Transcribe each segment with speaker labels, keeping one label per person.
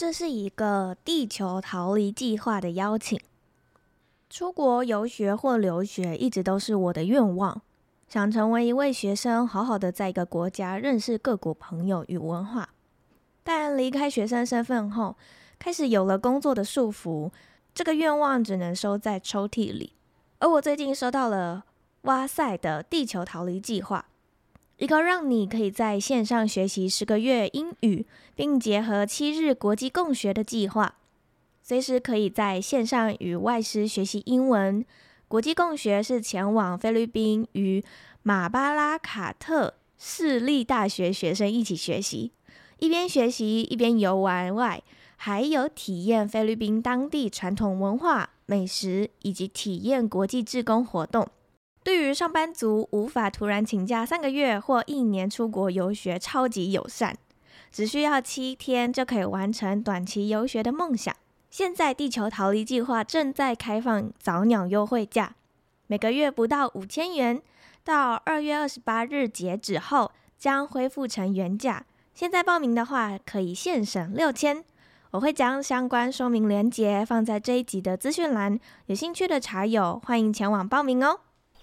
Speaker 1: 这是一个地球逃离计划的邀请。出国游学或留学一直都是我的愿望，想成为一位学生，好好的在一个国家认识各国朋友与文化。但离开学生身份后，开始有了工作的束缚，这个愿望只能收在抽屉里。而我最近收到了哇塞的地球逃离计划，一个让你可以在线上学习10个月英语，并结合7日国际共学的计划，随时可以在线上与外师学习英文。国际共学是前往菲律宾与马巴拉卡特市立大学学生一起学习，一边学习一边游玩外，还有体验菲律宾当地传统文化、美食以及体验国际志工活动。对于上班族无法突然请假3个月或1年出国游学超级友善，只需要7天就可以完成短期游学的梦想。现在地球逃离计划正在开放早鸟优惠价，每个月不到5000元，到2月28日截止后将恢复成原价。现在报名的话可以现省6000。我会将相关说明连结放在这一集的资讯栏，有兴趣的茶友欢迎前往报名哦。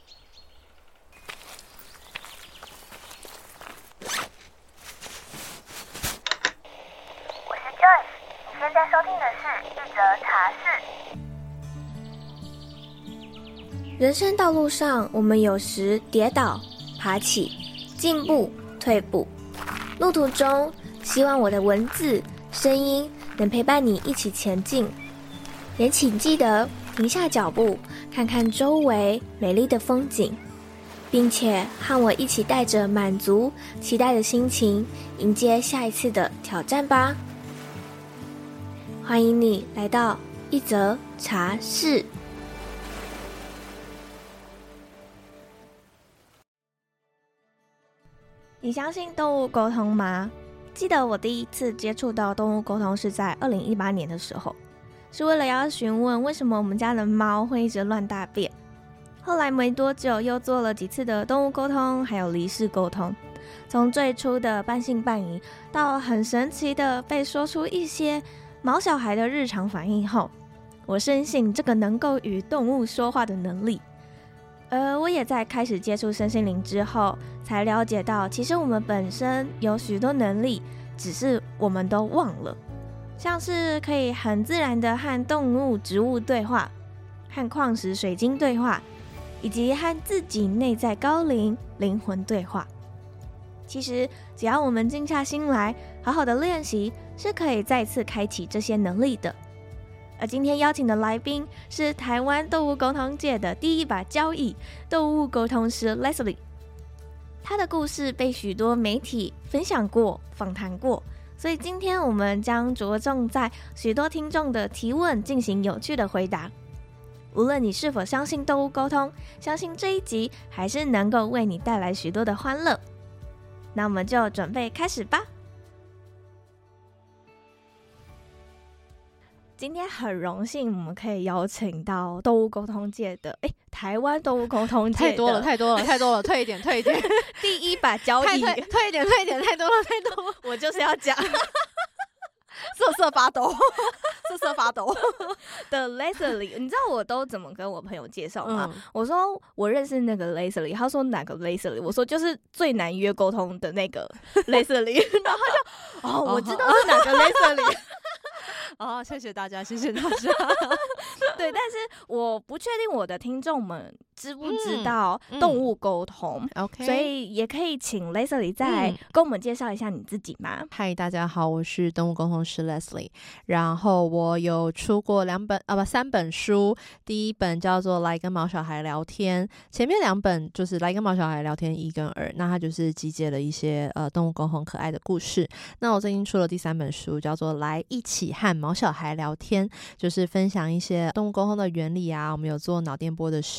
Speaker 2: 我是 Joyce， 你现在收听的是一则茶室。
Speaker 1: 人生道路上，我们有时跌倒、爬起、进步、退步。路途中，希望我的文字、声音能陪伴你一起前进。也请记得停下脚步，看看周围美丽的风景，并且和我一起带着满足、期待的心情，迎接下一次的挑战吧。欢迎你来到一则茶室。你相信动物沟通吗？记得我第一次接触到动物沟通是在2018年的时候，是为了要询问为什么我们家的猫会一直乱大便。后来没多久又做了几次的动物沟通，还有离世沟通。从最初的半信半疑，到很神奇的被说出一些毛小孩的日常反应后，我深信这个能够与动物说话的能力。而我也在开始接触身心灵之后，才了解到其实我们本身有许多能力，只是我们都忘了。像是可以很自然的和动物、植物对话，和矿石、水晶对话，以及和自己内在高灵灵魂对话。其实只要我们静下心来，好好的练习，是可以再次开启这些能力的。而今天邀请的来宾是台湾动物沟通界的第一把交椅——动物沟通师 Leslie。他的故事被许多媒体分享过、访谈过，所以今天我们将着重在许多听众的提问进行有趣的回答。无论你是否相信动物沟通，相信这一集还是能够为你带来许多的欢乐。那我们就准备开始吧。今天很荣幸，我们可以邀请到动物沟通界的台湾动物沟通界的
Speaker 3: 太多了，退一点，
Speaker 1: 第一把交椅，
Speaker 3: 退一点，太多了，
Speaker 1: 我就是要讲
Speaker 3: 瑟瑟发抖
Speaker 1: 的 Leslie。 你知道我都怎么跟我朋友介绍吗？我说我认识那个 Leslie， 他说哪个 Leslie？ 我说就是最难约沟通的那个 Leslie， 然后他就我知道是哪个 Leslie。
Speaker 3: 谢谢大家。
Speaker 1: 对，但是我不确定我的听众们知不知道动物沟通
Speaker 3: ，OK，
Speaker 1: 所以也可以请 Leslie 再跟我们介绍一下你自己吗？
Speaker 3: 嗨，大家好，我是动物沟通师 Leslie， 然后我有出过3本书，第一本叫做《来跟毛小孩聊天》，前面2本就是《来跟毛小孩聊天1跟2》，那它就是集结了一些动物沟通可爱的故事。那我最近出了第3本书，叫做《来一起和毛小孩聊天》，就是分享一些动物沟通的原理啊，我们有做脑电波的实验，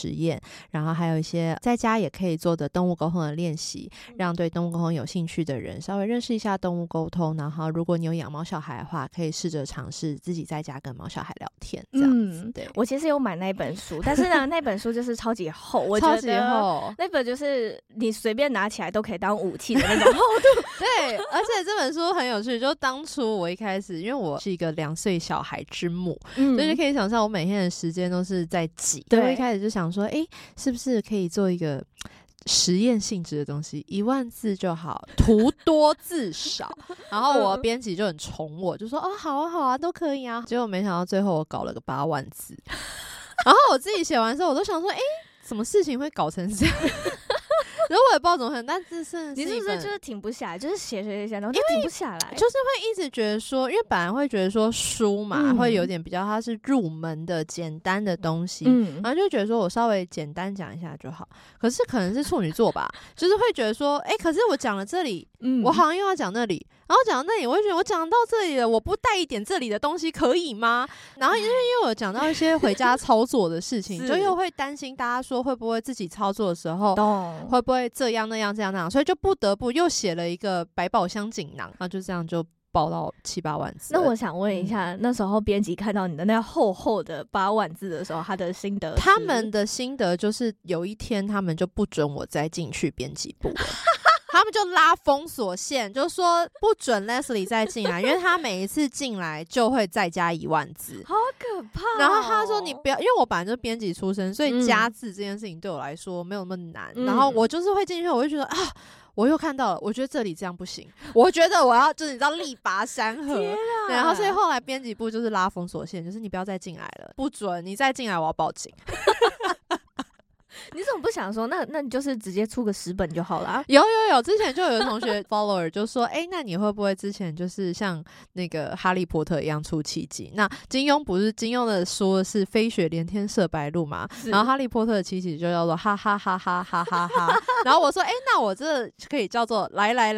Speaker 3: 然后还有一些在家也可以做的动物沟通的练习，让对动物沟通有兴趣的人稍微认识一下动物沟通。然后如果你有养毛小孩的话，可以试着尝试自己在家跟毛小孩聊天这样子。对，
Speaker 1: 我其实有买那本书，但是呢那本书就是超级厚，我觉得
Speaker 3: 超级厚，
Speaker 1: 那本就是你随便拿起来都可以当武器的那种厚度。
Speaker 3: 对，而且这本书很有趣，就当初我一开始因为我是一个2岁小孩之母，所以就可以想象我每天的时间都是在挤。对，我一开始就想说是不是可以做一个实验性质的东西，1万字就好，图多字少。然后我编辑就很宠我，就说好啊好啊都可以啊。结果没想到最后我搞了个8万字，然后我自己写完之后我都想说什么事情会搞成这样。然后我也不知道怎么很，但这是
Speaker 1: 你是不是就是停不下来，就是写，然后就停不下来，
Speaker 3: 就是会一直觉得说，因为本来会觉得说书嘛，会有点比较它是入门的简单的东西，然后就觉得说我稍微简单讲一下就好。可是可能是处女座吧，就是会觉得说，可是我讲了这里，我好像又要讲那里，然后讲到那里，我会觉得我讲到这里了，我不带一点这里的东西可以吗？然后因为有讲到一些回家操作的事情，就又会担心大家说会不会自己操作的时候会不会这样那样这样那样，所以就不得不又写了一个百宝箱锦囊，然后就这样就报到7、8万字。
Speaker 1: 那我想问一下，那时候编辑看到你的那厚厚的8万字的时候，他的心得是？
Speaker 3: 他们的心得就是有一天他们就不准我再进去编辑部了。他们就拉封锁线，就说不准 Leslie 再进来，因为他每一次进来就会再加1万字，
Speaker 1: 好可怕
Speaker 3: 然后他说你不要，因为我本来就是编辑出身，所以加字这件事情对我来说没有那么难。然后我就是会进去，我就觉得我又看到了，我觉得这里这样不行，我觉得我要就是你知道力拔山河。对，然后所以后来编辑部就是拉封锁线，就是你不要再进来了，不准你再进来，我要报警。
Speaker 1: 你怎么不想说那你就是直接出个10本就好了？
Speaker 3: 有，之前就有同学 follower 就说那你会不会之前就是像那个哈利波特一样出7集？那金庸不是金庸的书是飞雪连天射白鹿嘛，然后哈利波特的7集就叫做哈哈哈哈哈哈哈。然后我说那我这可以叫做来来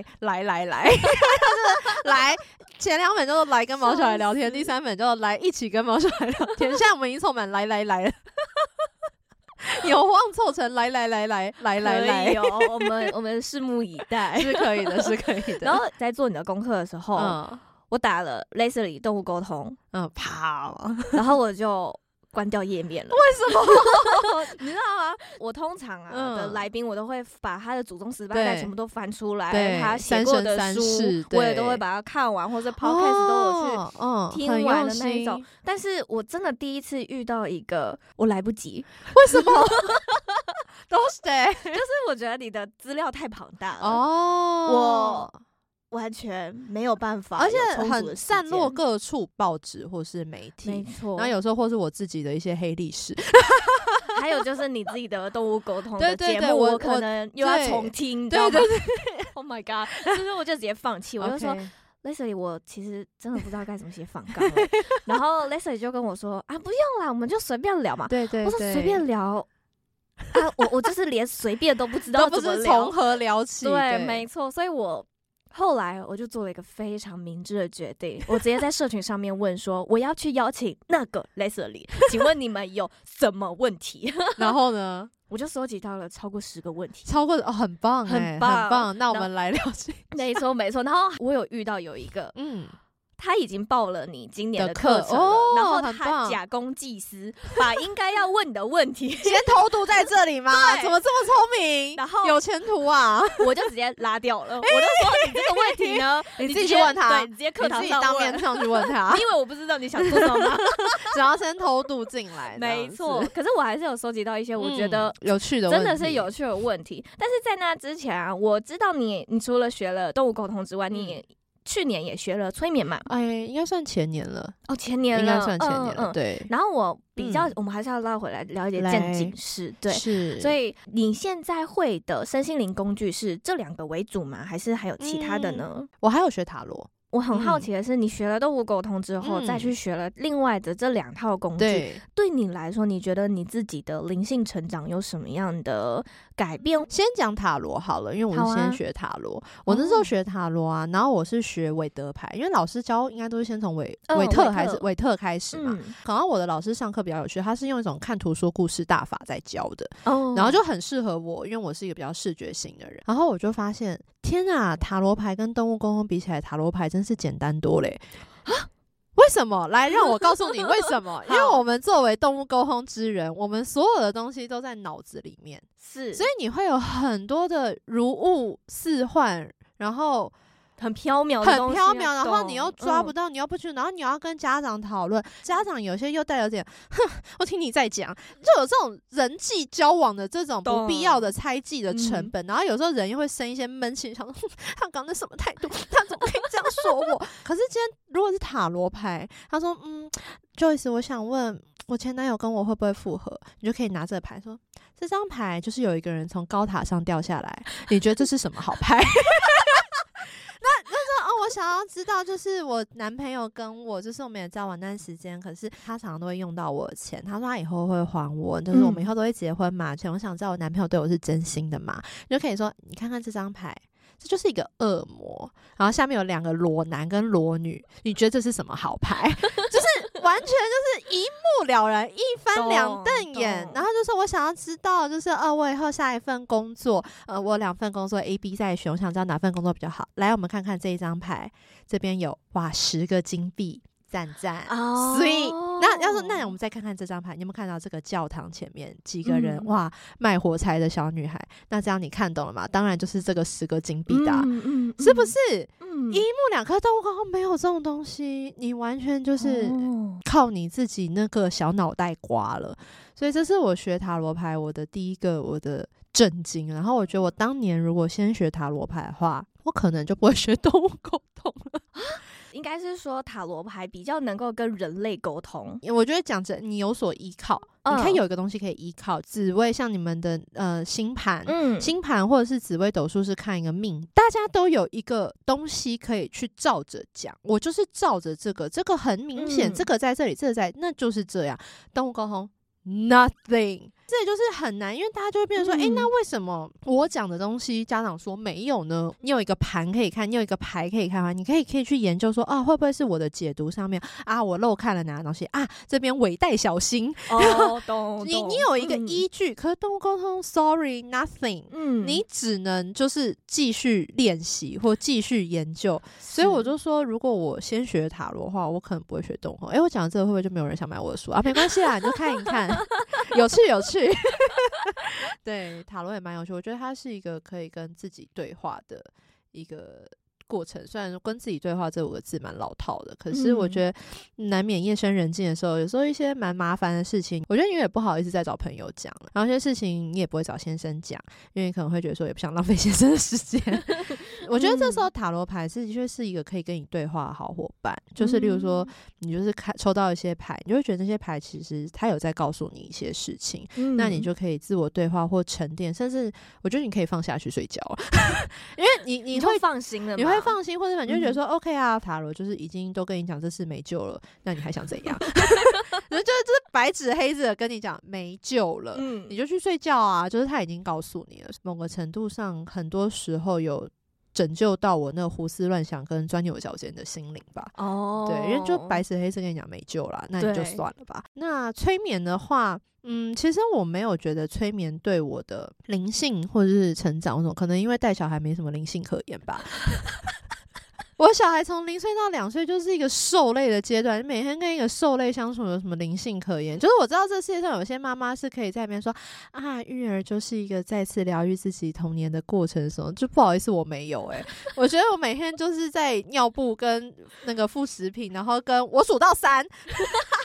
Speaker 3: 前2本叫做来跟毛小孩聊天，第3本叫做来一起跟毛小孩聊天。现在我们已经凑满来了。有望凑成来，
Speaker 1: 可以哦，我们拭目以待，
Speaker 3: 是可以的。
Speaker 1: 然后在做你的功课的时候，我打了 Leslie 动物沟通，
Speaker 3: 跑，
Speaker 1: 然后我就关掉页面了。
Speaker 3: 为什么？
Speaker 1: 你知道吗？我通常的来宾，我都会把他的祖宗十八代全部都翻出来，他写过的书，我也都会把它看完，或者 podcast 都有去听完的那一种。但是我真的第一次遇到一个，我来不及。
Speaker 3: 为什么？都是
Speaker 1: 就是我觉得你的资料太庞大了
Speaker 3: 我
Speaker 1: 完全没有办法，
Speaker 3: 而且很散落各处，报纸或是媒体，
Speaker 1: 没错。
Speaker 3: 然后有时候或是我自己的一些黑历史，
Speaker 1: 还有就是你自己的动物沟通的节目，我可能又要重听，
Speaker 3: 对。
Speaker 1: Oh my god！ 所以我就直接放弃，我就说。Leslie， 我其实真的不知道该怎么写访纲然后 Leslie 就跟我说不用啦，我们就随便聊嘛。
Speaker 3: 对，
Speaker 1: 我说随便聊我就是连随便都不知道怎么聊，
Speaker 3: 都不是从何聊起。
Speaker 1: 对，没错。所以我后来我就做了一个非常明智的决定，我直接在社群上面问说，我要去邀请那个 Leslie， 请问你们有什么问题？
Speaker 3: 然后呢？
Speaker 1: 我就收集到了超过10个问题，
Speaker 3: 很棒，很棒。那我们来聊这个。
Speaker 1: 没错。然后我有遇到有一个，他已经报了你今年的课程了，然后他假公济私，把应该要问的问题
Speaker 3: 先偷渡在这里吗？怎么这么聪明？
Speaker 1: 然后
Speaker 3: 有前途啊！
Speaker 1: 我就直接拉掉了。我就说你这个问题呢，
Speaker 3: 你自己去问他，
Speaker 1: 对，你直接课堂上
Speaker 3: 你自己当面上去问他，
Speaker 1: 因为我不知道你想做什么，
Speaker 3: 只要先偷渡进来。
Speaker 1: 没错，可是我还是有收集到一些我觉得
Speaker 3: 有趣的问题，
Speaker 1: 真的是有趣的问题。但是在那之前我知道你除了学了动物沟通之外，你去年也学了催眠嘛？
Speaker 3: 应该算前年了。
Speaker 1: 前年了，
Speaker 3: 应该算前年了。对。
Speaker 1: 然后我比较，我们还是要拉回来了解渐进式，对，
Speaker 3: 是。
Speaker 1: 所以你现在会的身心灵工具是这2个为主吗？还是还有其他的呢？
Speaker 3: 我还有学塔罗。
Speaker 1: 我很好奇的是，你学了动物沟通之后，再去学了另外的这2套工具，对你来说，你觉得你自己的灵性成长有什么样的改变？
Speaker 3: 先讲塔罗好了，因为我是先学塔罗，我那时候学塔罗啊，然后我是学韦德牌，因为老师教应该都是先从韦特开始嘛。可能我的老师上课比较有趣，他是用一种看图说故事大法在教的，然后就很适合我，因为我是一个比较视觉型的人。然后我就发现，天啊，塔罗牌跟动物沟通比起来，塔罗牌真是简单多嘞！为什么？来，让我告诉你为什么。因为我们作为动物沟通之人，我们所有的东西都在脑子里面，
Speaker 1: 是，
Speaker 3: 所以你会有很多的如雾似幻，然后
Speaker 1: 很缥缈的东西，
Speaker 3: 然后你又抓不到，你又不去，然后你要跟家长讨论，家长有些又带有点，我听你在讲，就有这种人际交往的这种不必要的猜忌的成本，然后有时候人又会生一些闷气，想说他刚才什么态度，他怎么可以这样说我？可是今天如果是塔罗牌，他说Joyce， 我想问我前男友跟我会不会复合？你就可以拿这个牌说，这张牌就是有一个人从高塔上掉下来，你觉得这是什么好牌？我想要知道，就是我男朋友跟我，就是我们也交往那段时间，可是他常常都会用到我的钱。他说他以后会还我，就是我们以后都会结婚嘛。我想知道我男朋友对我是真心的嘛？你就可以说，你看看这张牌，这就是一个恶魔，然后下面有2个裸男跟裸女，你觉得这是什么好牌？就是完全就是一目了然，一翻两瞪眼。然后就说我想要知道，就是我以后下一份工作，我2份工作 A、B 在选，我想知道哪份工作比较好。来，我们看看这一张牌，这边有10个金币。赞所以那要说，那我们再看看这张牌，你有没有看到这个教堂前面几个人哇卖火柴的小女孩？那这样你看懂了吗？当然就是这个10个金币的是不是？一目了然。可是动物沟通没有这种东西，你完全就是靠你自己那个小脑袋刮了。所以这是我学塔罗牌我的第一个我的震惊。然后我觉得我当年如果先学塔罗牌的话，我可能就不会学动物沟通了。
Speaker 1: 应该是说塔罗牌比较能够跟人类沟通。
Speaker 3: 我觉得讲着你有所依靠，你可以有一个东西可以依靠。紫微像你们的星盘，星盘或者是紫微斗数是看一个命，大家都有一个东西可以去照着讲。我就是照着这个很明显，这个在这里，这个在，那就是这样。动物沟通 nothing。这就是很难，因为大家就会变成说，那为什么我讲的东西家长说没有呢？你有一个盘可以看，你有一个牌可以看，你可以去研究说，会不会是我的解读上面我漏看了哪个东西这边尾带小心。你有一个依据，可是动物沟通 sorry nothing，你只能就是继续练习或继续研究。所以我就说，如果我先学塔罗的话，我可能不会学动物沟通。我讲这个会不会就没有人想买我的书没关系啦，你就看一看，有趣。对，塔罗也蛮有趣，我觉得它是一个可以跟自己对话的一个过程。虽然说跟自己对话这5个字蛮老套的，可是我觉得难免夜深人静的时候，有时候一些蛮麻烦的事情，我觉得你也不好意思再找朋友讲了，然后一些事情你也不会找先生讲，因为你可能会觉得说也不想浪费先生的时间。我觉得这时候塔罗牌的确是一个可以跟你对话的好伙伴，就是例如说你就是抽到一些牌，你就会觉得那些牌其实它有在告诉你一些事情，那你就可以自我对话或沉淀，甚至我觉得你可以放下去睡觉因为你会
Speaker 1: 放心了嘛，
Speaker 3: 你会放心，或者你就觉得说OK 塔罗就是已经都跟你讲这事没救了，那你还想怎样？就是白纸黑字的跟你讲没救了，你就去睡觉就是他已经告诉你了。某个程度上很多时候有拯救到我那个胡思乱想跟钻牛角尖的心灵吧。对，因为就白纸黑字跟你讲没救啦，那你就算了吧。那催眠的话其实我没有觉得催眠对我的灵性或者是成长什么，可能因为带小孩没什么灵性可言吧。我小孩从0岁到2岁就是一个兽类的阶段，每天跟一个兽类相处有什么灵性可言？就是我知道这世界上有些妈妈是可以在那边说育儿就是一个再次疗愈自己童年的过程什么，就不好意思我没有我觉得我每天就是在尿布跟那个副食品，然后跟我数到3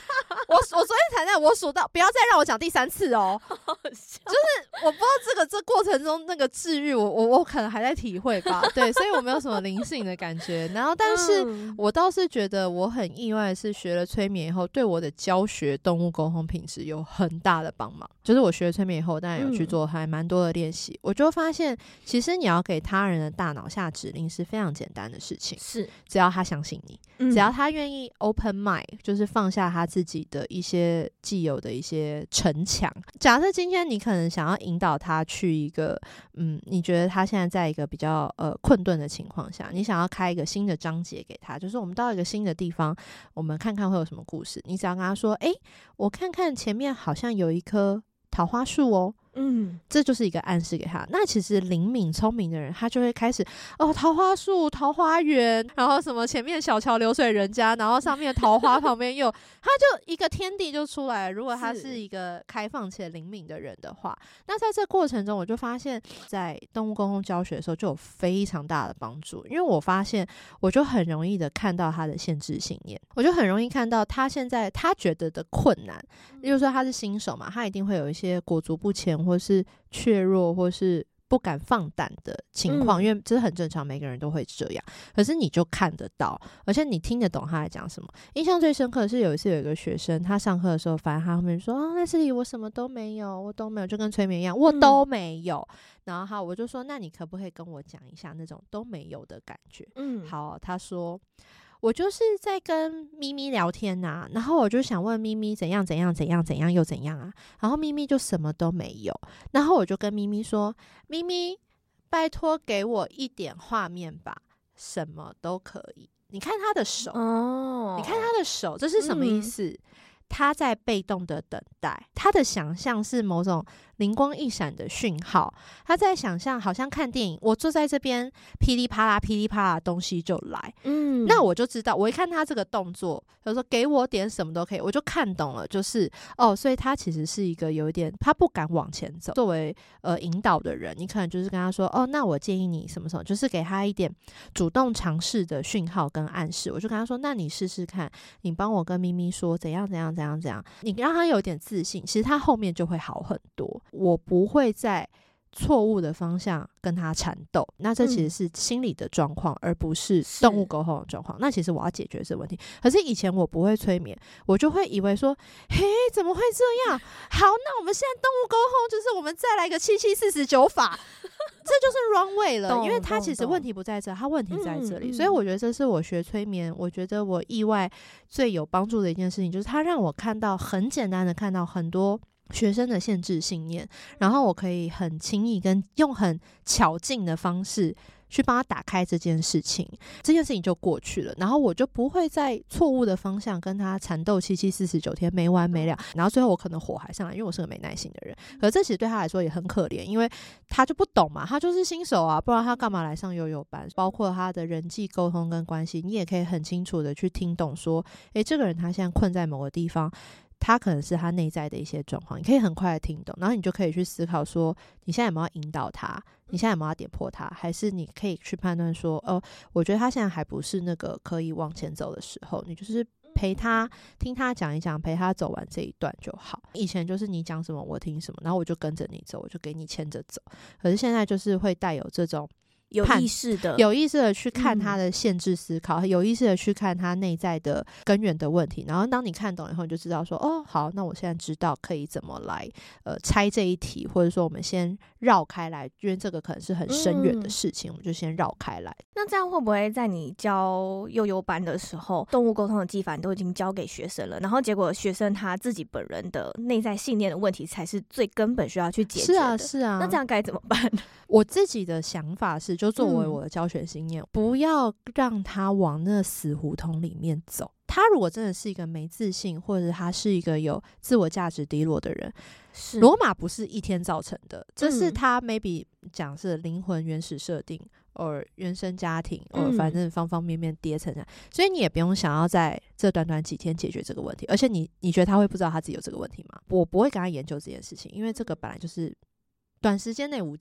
Speaker 3: 我昨天才在我数到，不要再让我讲第3次哦。就是我不知道这过程中那个治愈，我可能还在体会吧。对，所以我没有什么灵性的感觉。然后，但是我倒是觉得我很意外的是，学了催眠以后，对我的教学动物沟通品质有很大的帮忙。就是我学了催眠以后，当然有去做还蛮多的练习，我就发现，其实你要给他人的大脑下指令是非常简单的事情，
Speaker 1: 是
Speaker 3: 只要他相信你，只要他愿意 open mind， 就是放下他自己的一些既有的一些城墙。假设今天你可能想要引导他去一个你觉得他现在在一个比较困顿的情况下，你想要开一个新的章节给他，就是我们到一个新的地方，我们看看会有什么故事。你只要跟他说我看看前面好像有一棵桃花树哦，这就是一个暗示给他。那其实灵敏聪明的人，他就会开始桃花树、桃花源，然后什么前面小桥流水人家，然后上面桃花旁边又他就一个天地就出来了。如果他是一个开放且灵敏的人的话，那在这过程中我就发现在动物沟通教学的时候就有非常大的帮助。因为我发现我就很容易的看到他的限制信念，我就很容易看到他现在他觉得的困难。例如说他是新手嘛，他一定会有一些裹足不前或是怯弱或是不敢放胆的情况，因为这很正常，每个人都会这样。可是你就看得到，而且你听得懂他在讲什么。印象最深刻的是有一次有一个学生，他上课的时候发现他后面说那这里我什么都没有，我都没有，就跟催眠一样，我都没有。然后我就说那你可不可以跟我讲一下那种都没有的感觉？好，他说我就是在跟咪咪聊天啊，然后我就想问咪咪怎样怎样怎样怎样又怎样啊，然后咪咪就什么都没有。然后我就跟咪咪说，咪咪拜托给我一点画面吧，什么都可以。你看他的手你看他的手，这是什么意思？他在被动的等待，他的想象是某种灵光一闪的讯号，他在想象好像看电影，我坐在这边噼里啪啦噼里啪啦东西就来，那我就知道，我一看他这个动作，他说给我点什么都可以，我就看懂了，就是所以他其实是一个有一点他不敢往前走。作为引导的人，你可能就是跟他说那我建议你什么什么，就是给他一点主动尝试的讯号跟暗示。我就跟他说，那你试试看，你帮我跟咪咪说怎样怎样怎样怎样，你让他有点自信，其实他后面就会好很多。我不会在错误的方向跟他缠斗，那这其实是心理的状况，而不是动物沟通的状况。那其实我要解决这个问题，可是以前我不会催眠，我就会以为说嘿怎么会这样，好，那我们现在动物沟通就是我们再来个7749法这就是 wrong way 了，因为他其实问题不在这，他问题在这里。所以我觉得这是我学催眠，我觉得我意外最有帮助的一件事情，就是他让我看到很简单的看到很多学生的限制信念，然后我可以很轻易跟用很巧劲的方式去帮他打开这件事情，这件事情就过去了，然后我就不会在错误的方向跟他缠斗7749天没完没了，然后最后我可能火还上来，因为我是个没耐心的人。可是这其实对他来说也很可怜，因为他就不懂嘛，他就是新手啊，不然他干嘛来上悠悠班？包括他的人际沟通跟关系，你也可以很清楚的去听懂说这个人他现在困在某个地方，他可能是他内在的一些状况，你可以很快的听懂，然后你就可以去思考说你现在有没有要引导他，你现在有没有要点破他，还是你可以去判断说我觉得他现在还不是那个可以往前走的时候，你就是陪他听他讲一讲，陪他走完这一段就好。以前就是你讲什么我听什么，然后我就跟着你走，我就给你牵着走。可是现在就是会带有这种
Speaker 1: 有意识的
Speaker 3: 去看他的限制思考，有意识的去看他内在的根源的问题，然后当你看懂以后，你就知道说好，那我现在知道可以怎么来拆这一题，或者说我们先绕开来，因为这个可能是很深远的事情，我们就先绕开来。
Speaker 1: 那这样会不会在你教幼幼班的时候，动物沟通的技法你都已经教给学生了，然后结果学生他自己本人的内在信念的问题才是最根本需要去解决的？
Speaker 3: 是啊，
Speaker 1: 那这样该怎么办？
Speaker 3: 我自己的想法是，就作为我的教学经验，不要让他往那死胡同里面走。他如果真的是一个没自信，或者他是一个有自我价值低落的人，罗马不是一天造成的，这是他 maybe 讲是灵魂原始设定原生家庭反正方方面面叠成这样，所以你也不用想要在这短短几天解决这个问题。而且你觉得他会不知道他自己有这个问题吗？我不会跟他研究这件事情，因为这个本来就是短时间内无解。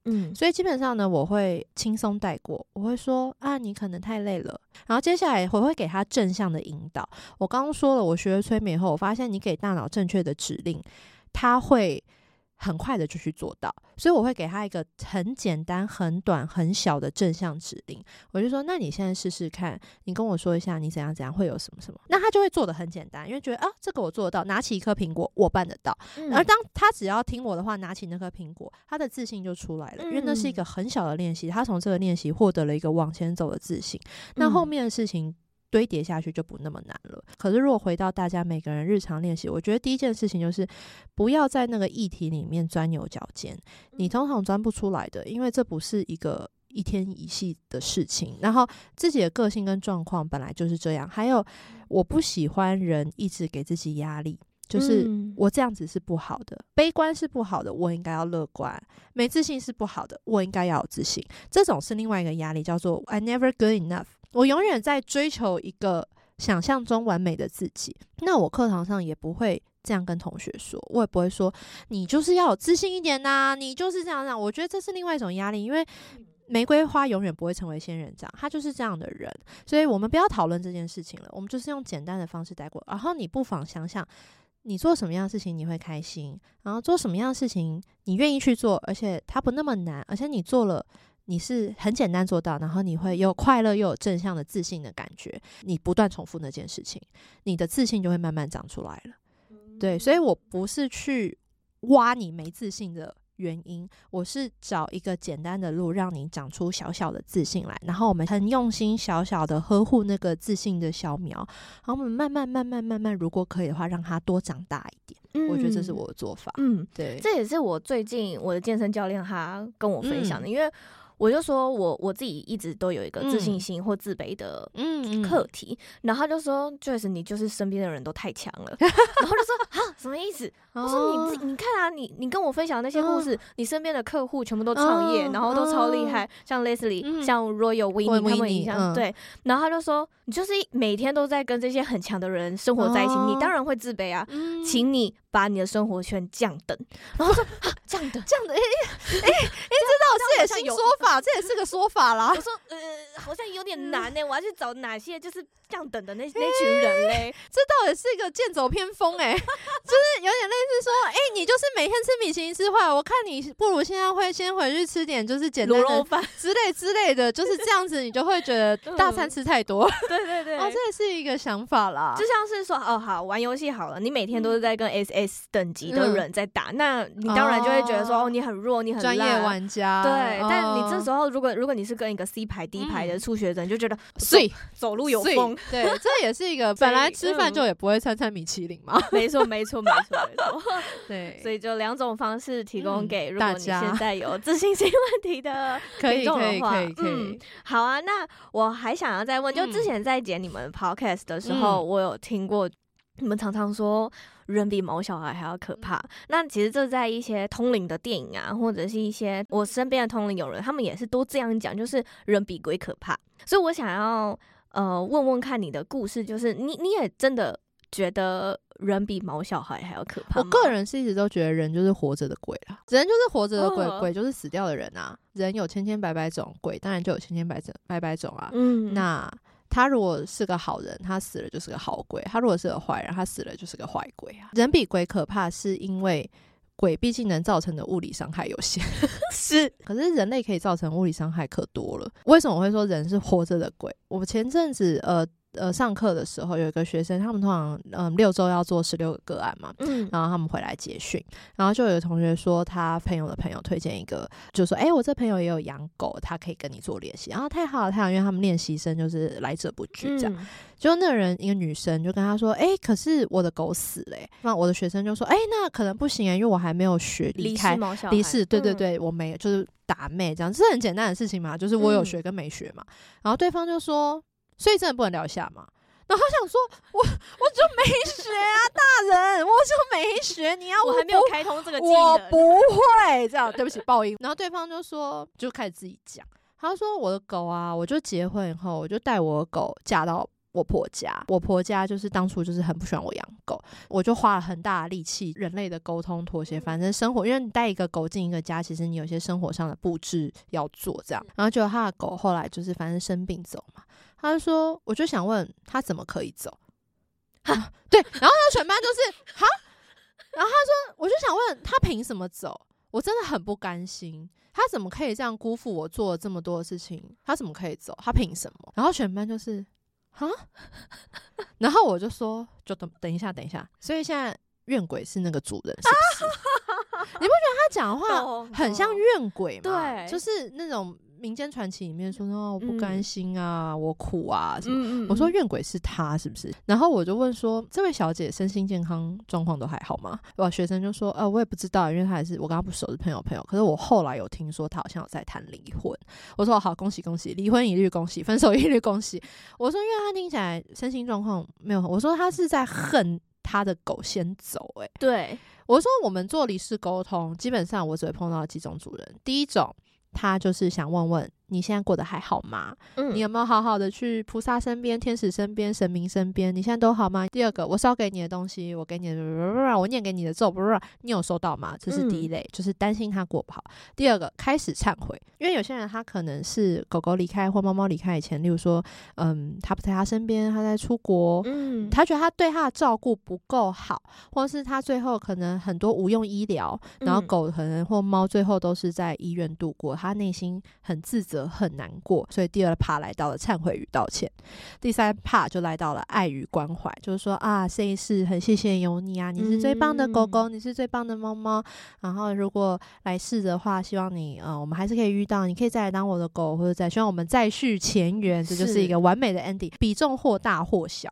Speaker 3: 所以基本上呢我会轻松带过，我会说啊你可能太累了，然后接下来我会给他正向的引导。我刚刚说了，我学了催眠后，我发现你给大脑正确的指令，他会很快的就去做到，所以我会给他一个很简单很短很小的正向指令，我就说那你现在试试看，你跟我说一下你怎样怎样会有什么什么，那他就会做得很简单，因为觉得啊这个我做得到，拿起一颗苹果我办得到，而当他只要听我的话拿起那颗苹果，他的自信就出来了，因为那是一个很小的练习，他从这个练习获得了一个往前走的自信，那后面的事情堆叠下去就不那么难了。可是如果回到大家每个人日常练习，我觉得第一件事情就是不要在那个议题里面钻牛角尖，你通常钻不出来的，因为这不是一个一天一夕的事情，然后自己的个性跟状况本来就是这样，还有我不喜欢人一直给自己压力，就是我这样子是不好的，悲观是不好的，我应该要乐观，没自信是不好的，我应该要有自信，这种是另外一个压力，叫做 I never good enough， 我永远在追求一个想象中完美的自己。那我课堂上也不会这样跟同学说，我也不会说你就是要有自信一点啊，你就是这样这样，我觉得这是另外一种压力，因为玫瑰花永远不会成为仙人掌，他就是这样的人，所以我们不要讨论这件事情了，我们就是用简单的方式带过，然后你不妨想想你做什么样的事情你会开心，然后做什么样的事情你愿意去做，而且它不那么难，而且你做了你是很简单做到，然后你会有快乐又有正向的自信的感觉，你不断重复那件事情，你的自信就会慢慢长出来了。对，所以我不是去挖你没自信的原因，我是找一个简单的路让你长出小小的自信来，然后我们很用心小小的呵护那个自信的小苗，然后我们慢慢如果可以的话让它多长大一点，我觉得这是我的做法。对，
Speaker 1: 这也是我最近我的健身教练他跟我分享的，因为我就说我自己一直都有一个自信心或自卑的课题，然后他就说 Joyce 你就是身边的人都太强了，然后就说啊什么意思？我说你看啊，你跟我分享的那些故事，你身边的客户全部都创业，然后都超厉害，像 Leslie，像 Royal、Winnie 他们一样，对，然后他就说你就是每天都在跟这些很强的人生活在一起，你当然会自卑啊，请你把你的生活圈降等。然后说啊降等，
Speaker 3: 这也是说法，这也是个说法啦。
Speaker 1: 我说好像有点难我要去找哪些就是降等的那群人嘞？
Speaker 3: 这到底是一个剑走偏锋就是有点类似说，你就是每天吃米其林吃坏，我看你不如现在会先回去吃点就是简单的
Speaker 1: 卤肉饭
Speaker 3: 之类的，就是这样子，你就会觉得大餐吃太多。
Speaker 1: 对对对，
Speaker 3: 这也是一个想法啦。
Speaker 1: 就像是说，好玩游戏好了，你每天都是在跟 SS 等级的人在打，那你当然就会觉得说，你很弱，你很烂，
Speaker 3: 专业玩家。
Speaker 1: 对，但你这时候如果你是跟一个 C 排 D 排的初学者，你就觉得走路有风。
Speaker 3: 对，这也是一个本来吃饭就也不会餐餐米其林嘛。
Speaker 1: 没错。
Speaker 3: 对，
Speaker 1: 所以就两种方式提供给如果你现在有自信心问题的听众的话，可以。好啊，那我还想要再问，就之前在剪你们 podcast 的时候，我有听过你们常常说人比毛小孩还要可怕。那其实这在一些通灵的电影啊，或者是一些我身边的通灵友人，他们也是都这样讲，就是人比鬼可怕。所以我想要问问看你的故事，就是你也真的觉得人比毛小孩还要可怕吗？
Speaker 3: 我个人是一直都觉得人就是活着的鬼啦，人就是活着的鬼，鬼就是死掉的人啊。人有千千百百种，鬼当然就有千千百百种啊。那他如果是个好人，他死了就是个好鬼；他如果是个坏人，他死了就是个坏鬼啊。人比鬼可怕，是因为鬼毕竟能造成的物理伤害有限，是，可是人类可以造成物理伤害可多了。为什么我会说人是活着的鬼？我前阵子上课的时候有一个学生，他们通常6周要做16个个案嘛，然后他们回来结训，然后就有一个同学说他朋友的朋友推荐一个，就说我这朋友也有养狗，他可以跟你做练习，然后太好了，因为他们练习生就是来者不拒这样，就那个人一个女生就跟他说可是我的狗死了那我的学生就说那可能不行因为我还没有学离开离世，对我没有，就是打妹这样，这是很简单的事情嘛，就是我有学跟没学嘛，然后对方就说所以真的不能聊一下嘛？然后他想说，我就没学啊，大人，我就没学，你要
Speaker 1: 我还没有开通这个技能，
Speaker 3: 我不会这样，对不起，报应。然后对方就说，就开始自己讲，他说我的狗啊，我就结婚以后，我就带我的狗嫁到我婆家，我婆家就是当初就是很不喜欢我养狗，我就花了很大的力气，人类的沟通妥协，反正生活，因为你带一个狗进一个家，其实你有些生活上的布置要做这样。然后就他的狗后来就是反正生病走嘛，他就说，我就想问他怎么可以走？对，然后他全班就是哈，然后他说，我就想问他凭什么走？我真的很不甘心。他怎么可以这样辜负我做了这么多的事情？他怎么可以走？他凭什么？然后全班就是哈，然后我就说，就等一下，所以现在怨鬼是那个主人，是不是？你不觉得他讲话很像怨鬼吗？
Speaker 1: 对，
Speaker 3: 就是那种民间传奇里面说我不甘心啊，我苦啊什么。我说怨鬼是他是不是？然后我就问说，这位小姐身心健康状况都还好吗？学生就说我也不知道，因为他还是我跟他不熟，是朋友。可是我后来有听说他好像有在谈离婚。我说好，恭喜，离婚一律恭喜，分手一律恭喜。我说因为他听起来身心状况没有，我说他是在恨他的狗先走。
Speaker 1: 对，
Speaker 3: 我说我们做离世沟通，基本上我只会碰到几种主人。第一种，他就是想问问你现在过得还好吗？你有没有好好的去菩萨身边、天使身边、神明身边？你现在都好吗？第二个，我烧给你的东西，我给你的，我念给你的咒，你有收到吗？这是第一类，就是担心他过不好。第二个，开始忏悔，因为有些人他可能是狗狗离开或猫猫离开以前，例如说，他不在他身边，他在出国，他觉得他对他的照顾不够好，或是他最后可能很多无用医疗，然后狗可能或猫最后都是在医院度过，他内心很自责。很难过，所以第二趴来到了忏悔与道歉，第三趴就来到了爱与关怀，就是说这一世很谢谢有你啊，你是最棒的狗狗，你是最棒的猫猫，然后如果来世的话，希望你我们还是可以遇到，你可以再来当我的狗，或者希望我们再续前缘，这就是一个完美的 ending， 比重或大或小。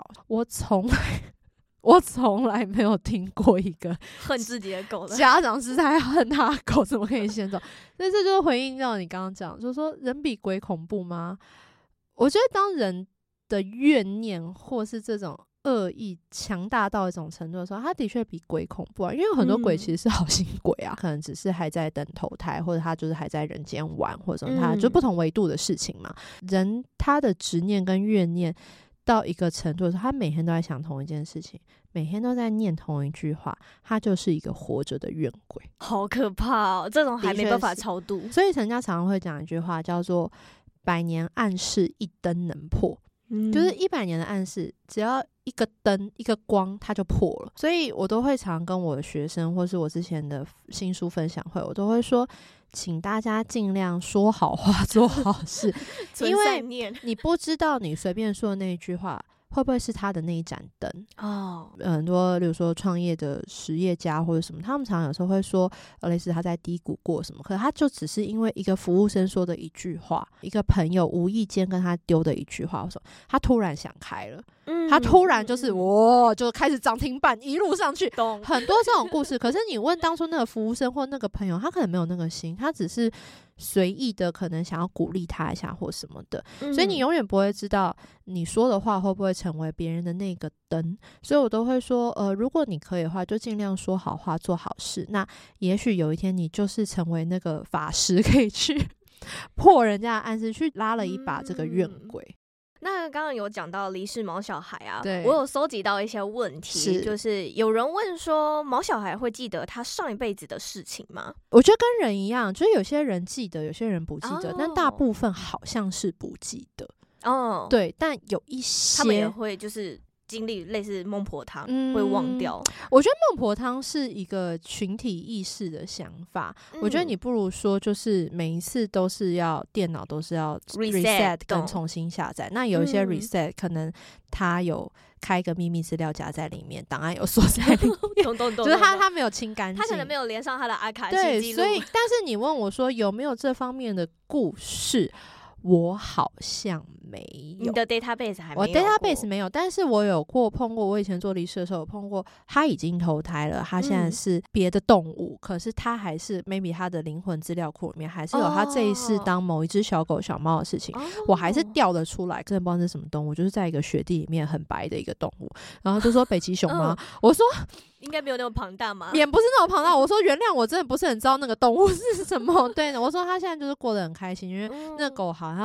Speaker 3: 我从来没有听过一个
Speaker 1: 恨自己的狗的
Speaker 3: 家长是在恨他的狗怎么可以先走。所以这就是回应到你刚刚讲，就是说人比鬼恐怖吗？我觉得当人的怨念或是这种恶意强大到一种程度的时候，他的确比鬼恐怖啊。因为很多鬼其实是好心鬼啊，可能只是还在等投胎，或者他就是还在人间玩，或者什么，他就不同维度的事情嘛。人他的执念跟怨念到一个程度的时候，他每天都在想同一件事情，每天都在念同一句话，他就是一个活着的怨鬼。
Speaker 1: 好可怕哦，这种还没办法超度。
Speaker 3: 所以人家常常会讲一句话叫做百年暗示一灯能破，就是100年的暗示，只要一个灯一个光它就破了。所以我都会常跟我的学生或是我之前的新书分享会，我都会说请大家尽量说好话做好事因为你不知道你随便说的那一句话会不会是他的那一盏灯很多比如说创业的实业家或者什么，他们常常有时候会说类似他在低谷过什么，可是他就只是因为一个服务生说的一句话，一个朋友无意间跟他丢的一句话，我说他突然想开了，他突然就是就开始涨停板一路上去，很多这种故事。可是你问当初那个服务生或那个朋友，他可能没有那个心，他只是随意的可能想要鼓励他一下或什么的，所以你永远不会知道你说的话会不会成为别人的那个灯。所以我都会说如果你可以的话，就尽量说好话做好事，那也许有一天你就是成为那个法师，可以去破人家的暗示，去拉了一把这个怨鬼。
Speaker 1: 那刚刚有讲到离世毛小孩啊，
Speaker 3: 对，
Speaker 1: 我有收集到一些问题，就是有人问说毛小孩会记得他上一辈子的事情吗？
Speaker 3: 我觉得跟人一样，就是有些人记得，有些人不记得，但大部分好像是不记得对，但有一些
Speaker 1: 他们也会就是经历类似孟婆汤会忘掉。
Speaker 3: 我觉得孟婆汤是一个群体意识的想法，我觉得你不如说就是每一次都是要电脑都是要 reset 跟重新下载，那有一些 reset 可能它有开个秘密资料夹在里面，档案有锁在里面就是他没有清干净，
Speaker 1: 他可能没有连上他的阿卡
Speaker 3: 西
Speaker 1: 记录。
Speaker 3: 所以但是你问我说有没有这方面的故事，我好像没有。
Speaker 1: 你的 database 还没有？
Speaker 3: 我 database 没有，但是我有碰过，我以前做离世的时候有碰过，他已经投胎了，他现在是别的动物，可是他还是 maybe 他的灵魂资料库里面还是有他这一世当某一只小狗小猫的事情我还是调得出来。真的不知道是什么动物，就是在一个雪地里面很白的一个动物，然后就说北极熊吗我说
Speaker 1: 应该没有那么庞大吗？
Speaker 3: 也不是那么庞大。我说原谅我真的不是很知道那个动物是什么对，我说他现在就是过得很开心，因为那狗好像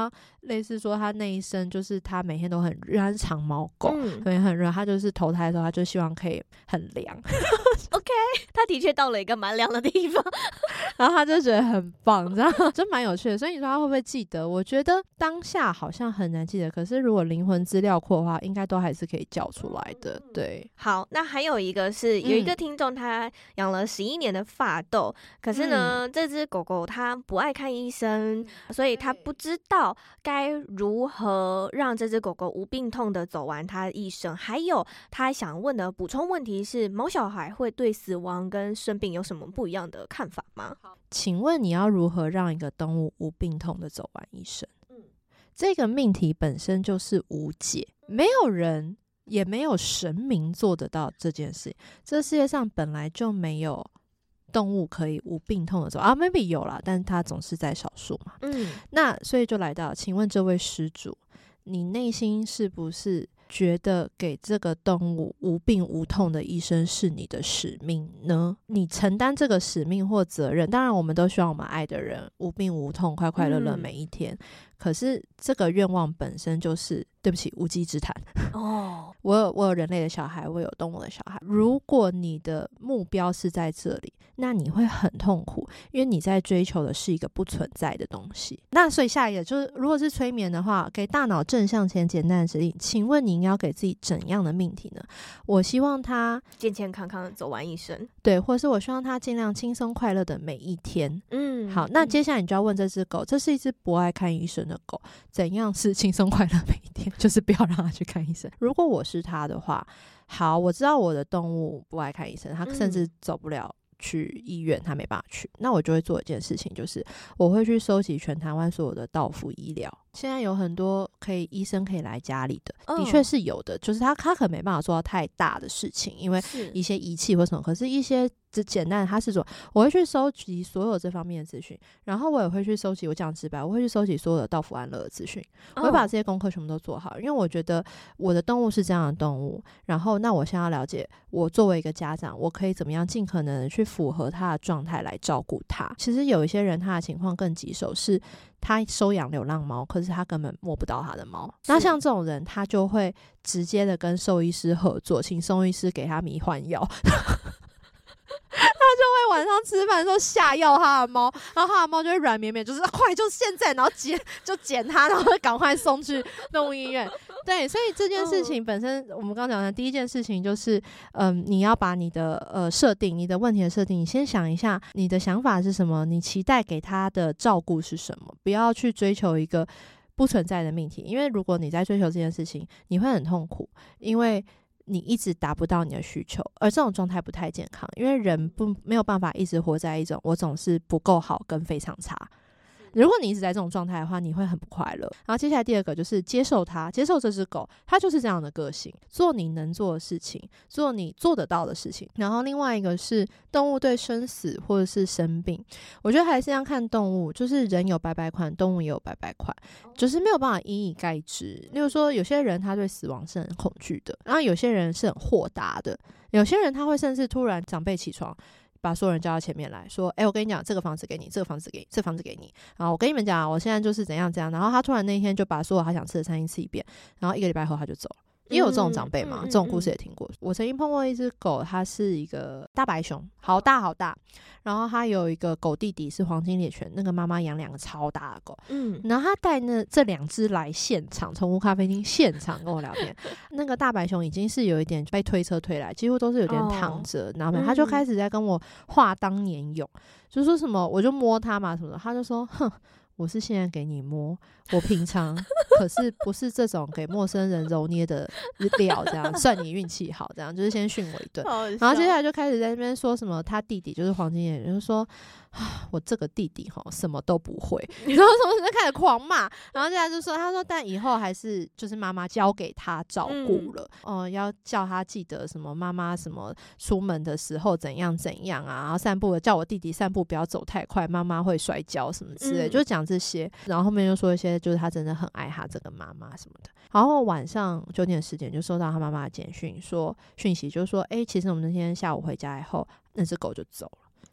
Speaker 3: 类似说他那一生就是他每天都很热，他是长毛狗，所以很热，他就是投胎的时候他就希望可以很凉
Speaker 1: OK， 他的确到了一个蛮凉的地方
Speaker 3: 然后他就觉得很棒，这样就蛮有趣的。所以你说他会不会记得，我觉得当下好像很难记得，可是如果灵魂资料库的话应该都还是可以叫出来的。对，
Speaker 1: 好，那还有一个是有一个听众他养了11年的法斗，可是呢这只狗狗它不爱看医生，所以他不知道该如何让这只狗狗无病痛的走完它的一生。还有他想问的补充问题是，毛小孩会对死亡跟生病有什么不一样的看法吗？
Speaker 3: 请问你要如何让一个动物无病痛的走完一生？这个命题本身就是无解，没有人也没有神明做得到这件事。这世界上本来就没有动物可以无病痛的走啊 ，maybe 有啦，但是它总是在少数嘛。那所以就来到，请问这位施主，你内心是不是觉得给这个动物无病无痛的一生是你的使命呢？你承担这个使命或责任，当然我们都希望我们爱的人无病无痛快快乐乐每一天，可是这个愿望本身就是对不起无稽之谈我有人类的小孩，我有动物的小孩，如果你的目标是在这里，那你会很痛苦，因为你在追求的是一个不存在的东西。那所以下一个就是，如果是催眠的话，给大脑正向前简单的指令，请问你应该要给自己怎样的命题呢？我希望他
Speaker 1: 健健康康的走完一生，
Speaker 3: 对，或是我希望他尽量轻松快乐的每一天。好，那接下来你就要问这只狗，这是一只不爱看医生的狗，怎样是轻松快乐每一天？就是不要让它去看医生。如果我是他的话，好，我知道我的动物不爱看医生，它甚至走不了去医院，他没办法去，那我就会做一件事情，就是我会去收集全台湾所有的到府医疗。现在有很多医生可以来家里的，的确是有的，就是他可能没办法做到太大的事情，因为一些仪器或什么，可是一些只简单的他是说，我会去收集所有这方面的资讯，然后我也会去收集，我讲直白，我会去收集所有的到府安乐的资讯，我会把这些功课全部都做好，因为我觉得我的动物是这样的动物，然后那我现在要了解，我作为一个家长，我可以怎么样尽可能的去符合他的状态来照顾他。其实有一些人他的情况更棘手，是他收养流浪猫，可是他根本摸不到他的猫，那像这种人他就会直接的跟兽医师合作，请兽医师给他迷幻药他就会晚上吃饭的时候下药他的猫，然后他的猫就会软绵绵，就是快就现在，然后捡它，然后赶快送去动物医院。对，所以这件事情本身我们刚讲的第一件事情就是你要把你的设定，你的问题的设定，你先想一下你的想法是什么，你期待给他的照顾是什么，不要去追求一个不存在的命题，因为如果你在追求这件事情你会很痛苦，因为你一直达不到你的需求，而这种状态不太健康，因为人没有办法一直活在一种我总是不够好跟非常差。如果你一直在这种状态的话，你会很不快乐。然后接下来第二个就是接受它，接受这只狗，它就是这样的个性，做你能做的事情，做你做得到的事情。然后另外一个是动物对生死或者是生病，我觉得还是要看动物，就是人有百百款，动物也有百百款，就是没有办法一以概之。例如说有些人他对死亡是很恐惧的，然后有些人是很豁达的，有些人他会甚至突然长辈起床把所有人叫到前面来说，我跟你讲，这个房子给你，这个房子给你，这个房子给你，然后我跟你们讲，我现在就是怎样怎样，然后他突然那一天就把所有他想吃的餐厅吃一遍，然后1个礼拜后他就走了。也有这种长辈嘛，这种故事也听过。我曾经碰过一只狗，它是一个大白熊，好大好大，然后它有一个狗弟弟是黄金猎犬，那个妈妈养2个超大的狗，然后他带这2只来现场宠物咖啡厅现场跟我聊天那个大白熊已经是有一点被推车推来，几乎都是有点躺着，然后他就开始在跟我话当年勇，就说什么我就摸他嘛什么的，他就说哼，我是现在给你摸，我平常可是不是这种给陌生人揉捏的料，这样算你运气好，这样就是先训我一顿，然后接下来就开始在那边说什么他弟弟就是黄金眼，就是说我这个弟弟什么都不会，然后什么就开始狂骂，然后接下来就说他说但以后还是就是妈妈交给他照顾了，要叫他记得什么妈妈什么出门的时候怎样怎样啊，然后散步叫我弟弟散步不要走太快，妈妈会摔跤什么之类，就是讲这些，然后后面又说一些就是他真的很爱他这个妈妈什么的。然后晚上9点10点就收到他妈妈的简讯说讯息，就是说其实我们那天下午回家以后那只狗就走了。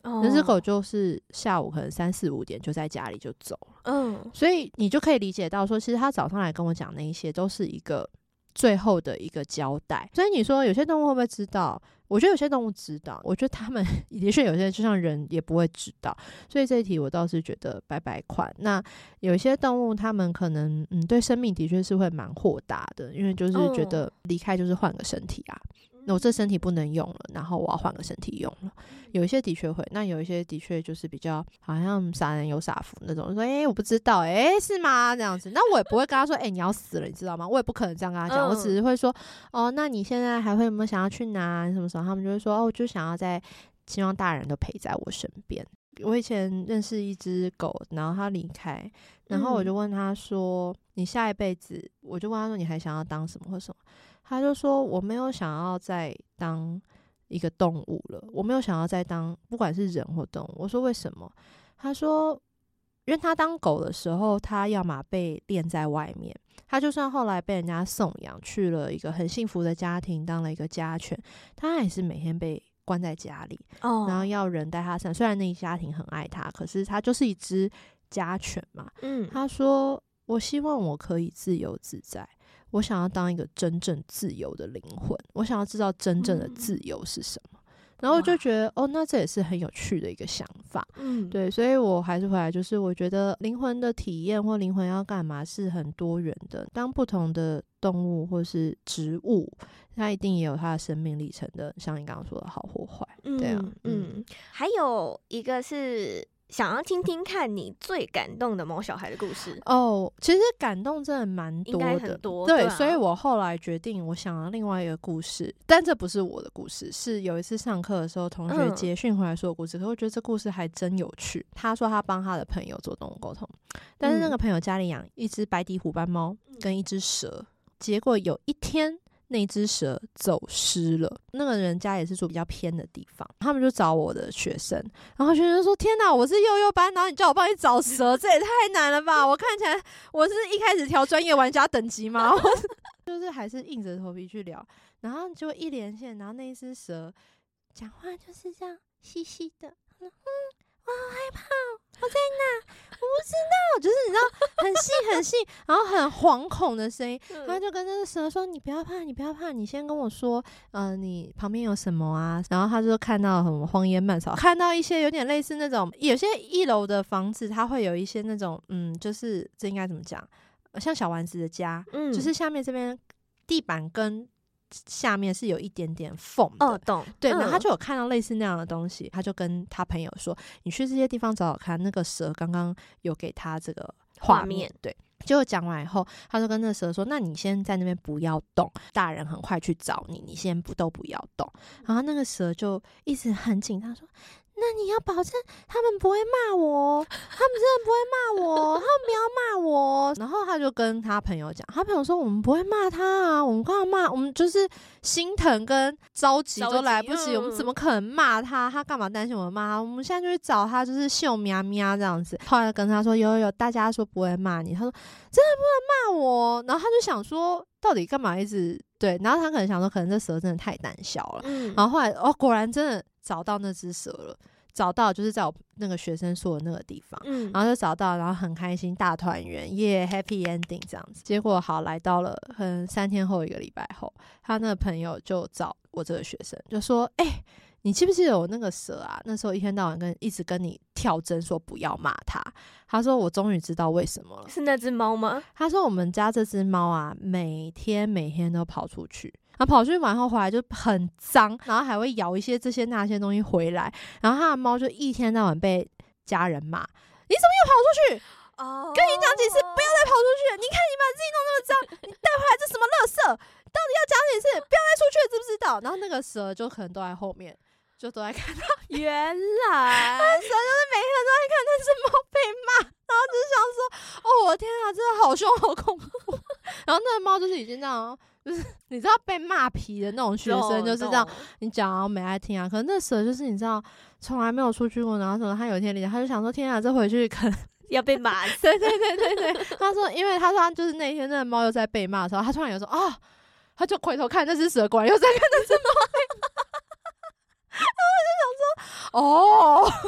Speaker 3: 那只狗就是下午可能3、4、5点就在家里就走了。所以你就可以理解到说，其实他早上来跟我讲那一些都是一个最后的一个交代。所以你说有些动物会不会知道？我觉得有些动物知道，我觉得他们的确有些就像人也不会知道，所以这一题我倒是觉得白白款。那有些动物他们可能对生命的确是会蛮豁达的，因为就是觉得离开就是换个身体啊，那我这身体不能用了，然后我要换个身体用了。有一些的确会，那有一些的确就是比较好像傻人有傻福那种，说我不知道是吗这样子，那我也不会跟他说你要死了你知道吗，我也不可能这样跟他讲，我只是会说那你现在还会有没有想要去哪什么时候，他们就会说我就想要希望大人都陪在我身边。我以前认识一只狗，然后它离开，然后我就问他说你下一辈子，我就问他说你还想要当什么或什么，他就说我没有想要再当一个动物了，我没有想要再当不管是人或动物。我说为什么？他说因为他当狗的时候，他要么被练在外面，他就算后来被人家送养去了一个很幸福的家庭，当了一个家犬，他还是每天被关在家里，然后要人带他上。虽然那个家庭很爱他，可是他就是一只家犬嘛。他说我希望我可以自由自在，我想要当一个真正自由的灵魂，我想要知道真正的自由是什么。然后我就觉得那这也是很有趣的一个想法。对，所以我还是回来，就是我觉得灵魂的体验或灵魂要干嘛是很多元的。当不同的动物或是植物，它一定也有它的生命历程的，像你刚刚说的好或坏。对啊，
Speaker 1: 还有一个是想要听听看你最感动的毛小孩的故事。
Speaker 3: 其实感动真的蛮多的，
Speaker 1: 应该很多。
Speaker 3: 对，所以我后来决定我想要另外一个故事，但这不是我的故事，是有一次上课的时候同学结训回来说的故事。可是我觉得这故事还真有趣。他说他帮他的朋友做动物沟通，但是那个朋友家里养一只白底虎斑猫跟一只蛇，结果有一天那只蛇走失了，那个人家也是住比较偏的地方，他们就找我的学生，然后学生就说天哪，我是幼幼班，然后你叫我帮你找蛇，这也太难了吧，我看起来我是一开始调专业玩家等级吗？就是还是硬着头皮去聊，然后就一连线，然后那一只蛇讲话就是这样细细的，我好害怕我在哪？我不知道，就是你知道很细很细，然后很惶恐的声音。他就跟那个蛇说：“你不要怕，你不要怕，你先跟我说，你旁边有什么啊？”然后他就看到什么荒烟蔓草，看到一些有点类似那种，有些1楼的房子，它会有一些那种，就是这应该怎么讲？像小丸子的家，就是下面这边地板跟下面是有一点点缝的，
Speaker 1: 懂。
Speaker 3: 对，然后他就有看到类似那样的东西，他就跟他朋友说：“你去这些地方找找看。”那个蛇刚刚有给他这个画面，对。结果讲完以后，他就跟那蛇说：“那你先在那边不要动，大人很快去找你，你先都不要动。”然后那个蛇就一直很紧张说：“那你要保证他们不会骂我，他们真的不会骂我，他们不要骂我。”然后他就跟他朋友讲，他朋友说：“我们不会骂他啊，我们干嘛骂？我们就是心疼跟着急都来不及，我们怎么可能骂他？他干嘛担心我们骂他？我们现在就去找他，就是秀喵喵这样子。”后来跟他说：“有，大家说不会骂你。”他说：“真的不能骂我。”然后他就想说，到底干嘛一直对？然后他可能想说，可能这蛇真的太胆小了。然后后来果然真的找到那只蛇了。找到就是在我那个学生说的那个地方，然后就找到，然后很开心，大团圆，happy ending 这样子。结果好来到了3天后1个礼拜后，他那个朋友就找我这个学生，就说：“你记不记得我那个蛇啊？那时候一天到晚一直跟你跳针，说不要骂他。”他说：“我终于知道为什么了。”
Speaker 1: 是那只猫吗？
Speaker 3: 他说：“我们家这只猫啊，每天都跑出去。”然后跑出去完后回来就很脏，然后还会咬一些这些那些东西回来，然后他的猫就一天到晚被家人骂：“你怎么又跑出去？跟你讲几次不要再跑出去！你看你把自己弄那么脏，你带回来这什么垃圾？到底要讲几次？不要再出去，知不知道？”然后那个蛇就可能都在后面，就都在看到，
Speaker 1: 原来
Speaker 3: 蛇就是每天都在看那只猫被骂，然后就想说：“我的天啊，真的好凶好恐怖！”然后那个猫就是已经这样。就是你知道被骂皮的那种学生就是这样，你讲啊我没爱听啊。可是那蛇就是你知道从来没有出去过，然后什么他有一天离开，他就想说天啊，这回去可能
Speaker 1: 要被骂。
Speaker 3: 对。他说，因为他说他就是那一天那个猫又在被骂的时候，他突然有说他就回头看那只蛇，果然又在看那只猫被骂。然后我就想说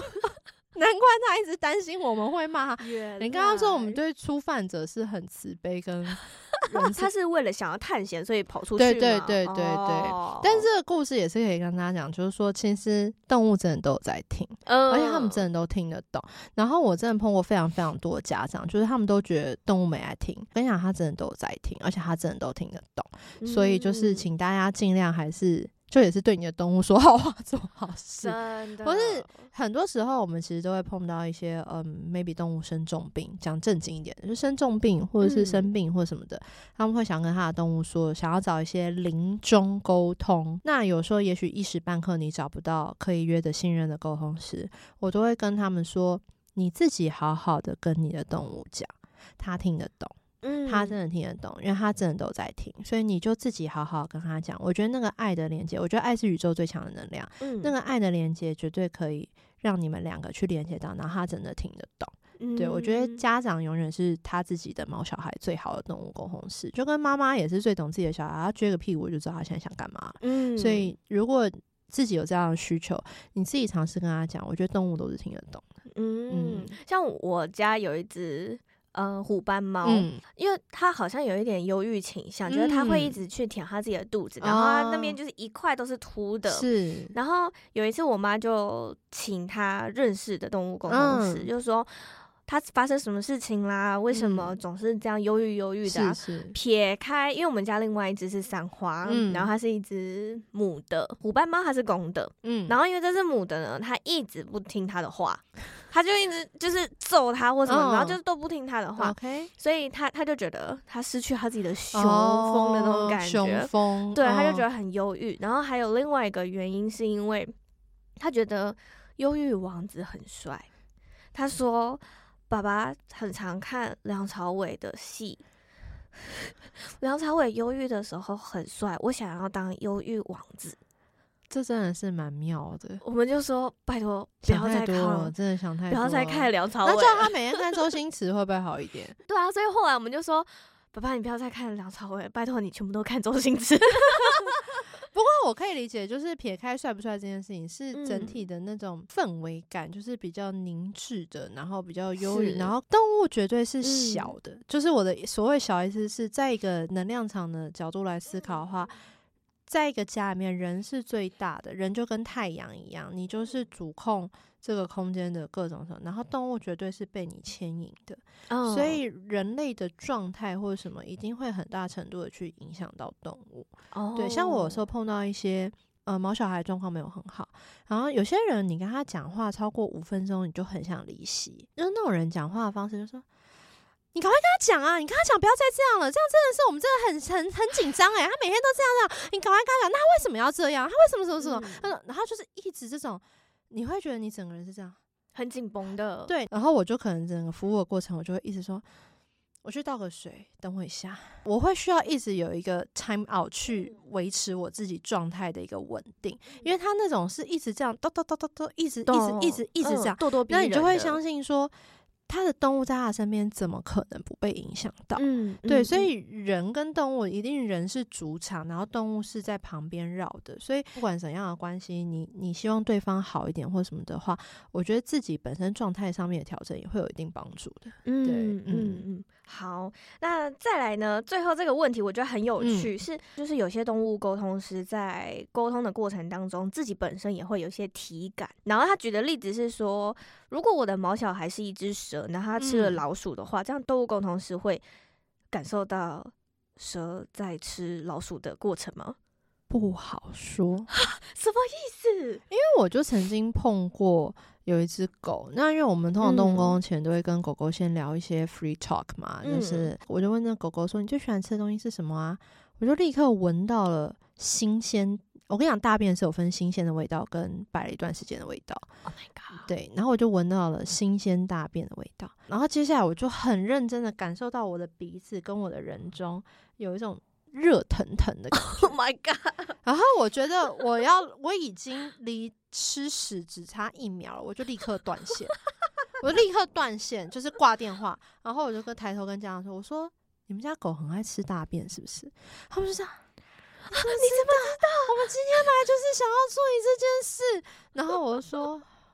Speaker 3: 他一直担心我们会骂他。你刚刚说我们对初犯者是很慈悲跟
Speaker 1: 他是为了想要探险所以跑出去吗？
Speaker 3: 对、但是这个故事也是可以跟大家讲，就是说其实动物真的都有在听，而且他们真的都听得懂。然后我真的碰过非常非常多的家长，就是他们都觉得动物没在听，跟你讲他真的都有在听，而且他真的都听得懂。所以就是请大家尽量还是就也是对你的动物说好话做好事，
Speaker 1: 真的。
Speaker 3: 或是很多时候我们其实都会碰到一些maybe 动物生重病，讲正经一点就生重病或者是生病或什么的，他们会想跟他的动物说，想要找一些临终沟通。那有时候也许一时半刻你找不到可以约的信任的沟通师，我都会跟他们说，你自己好好的跟你的动物讲，他听得懂。他真的听得懂，因为他真的都在听，所以你就自己好好跟他讲。我觉得那个爱的连接，我觉得爱是宇宙最强的能量，那个爱的连接绝对可以让你们两个去连接到，然后他真的听得懂。对，我觉得家长永远是他自己的毛小孩最好的动物沟通师，就跟妈妈也是最懂自己的小孩，他撅个屁股就知道他现在想干嘛。所以如果自己有这样的需求，你自己尝试跟他讲，我觉得动物都是听得懂的。
Speaker 1: 像我家有一只虎斑猫，因为它好像有一点忧郁倾向，就是它会一直去舔它自己的肚子，然后它那边就是一块都是凸的。是。然后有一次我妈就请她认识的动物沟通师，就是说他发生什么事情啦？为什么总是这样忧郁的啊？撇开，因为我们家另外一只是三花，然后它是一只母的虎斑猫，它是公的，然后因为这只母的呢，它一直不听它的话，它就一直就是揍它或什么，然后就是都不听它的话，所以它就觉得它失去它自己的雄风的那种感觉，雄风，对，它就觉得很忧郁。然后还有另外一个原因是因为他觉得忧郁王子很帅，他说。爸爸很常看梁朝伟的戏，梁朝伟忧郁的时候很帅，我想要当忧郁王子。
Speaker 3: 这真的是蛮妙的。
Speaker 1: 我们就说拜托不要再看了，
Speaker 3: 真的想太多了，
Speaker 1: 不要再看梁朝伟。
Speaker 3: 那叫他每天看周星驰会不会好一点？
Speaker 1: 对啊，所以后来我们就说，爸爸你不要再看梁朝伟，拜托你全部都看周星驰。
Speaker 3: 不过我可以理解，就是撇开帅不帅这件事情，是整体的那种氛围感，就是比较凝滞的，然后比较忧郁，然后动物绝对是小的，就是我的所谓小意思是在一个能量场的角度来思考的话，在一个家里面人是最大的，人就跟太阳一样，你就是主控这个空间的各种什么，然后动物绝对是被你牵引的，所以人类的状态或者什么一定会很大程度的去影响到动物。对，像我有时候碰到一些毛小孩状况没有很好，然后有些人你跟他讲话超过5分钟，你就很想离席，就是那种人讲话的方式就说。你赶快跟他讲啊！你跟他讲不要再这样了，这样真的是我们真的很紧张他每天都这样，你赶快跟他讲，那他为什么要这样？他为什么什么？然后就是一直这种，你会觉得你整个人是这样
Speaker 1: 很紧绷的。对，
Speaker 3: 然后我就可能整个服务的过程，我就会一直说，我去倒个水，等我一下。我会需要一直有一个 time out 去维持我自己状态的一个稳定，因为他那种是一直这样，一直这样，
Speaker 1: 咄咄逼人，
Speaker 3: 那你就会相信说。他的动物在他身边怎么可能不被影响到？对，所以人跟动物一定人是主场，然后动物是在旁边绕的，所以不管怎样的关系，你希望对方好一点或什么的话，我觉得自己本身状态上面的调整也会有一定帮助的。
Speaker 1: 好，那再来呢？最后这个问题我觉得很有趣，就是有些动物沟通师在沟通的过程当中，自己本身也会有一些体感。然后他举的例子是说，如果我的毛小孩是一只蛇，然后他吃了老鼠的话，这样动物沟通师会感受到蛇在吃老鼠的过程吗？
Speaker 3: 不好说。
Speaker 1: 什么意思？
Speaker 3: 因为我就曾经碰过有一只狗，那因为我们通常动物沟通前都会跟狗狗先聊一些 free talk 嘛，就是我就问那狗狗说你最喜欢吃的东西是什么啊？我就立刻闻到了新鲜，我跟你讲大便是有分新鲜的味道跟摆了一段时间的味道。
Speaker 1: Oh my god！
Speaker 3: 对，然后我就闻到了新鲜大便的味道，然后接下来我就很认真的感受到我的鼻子跟我的人中有一种热腾腾的感觉。
Speaker 1: Oh my god！
Speaker 3: 然后我觉得我已经离吃屎只差1秒了，我就立刻断线。我立刻断线，就是挂电话。然后我就抬头跟家长说：“我说你们家狗很爱吃大便是不是？”他们就这样。你怎么知道？我们今天来就是想要做你这件事。然后我就说：“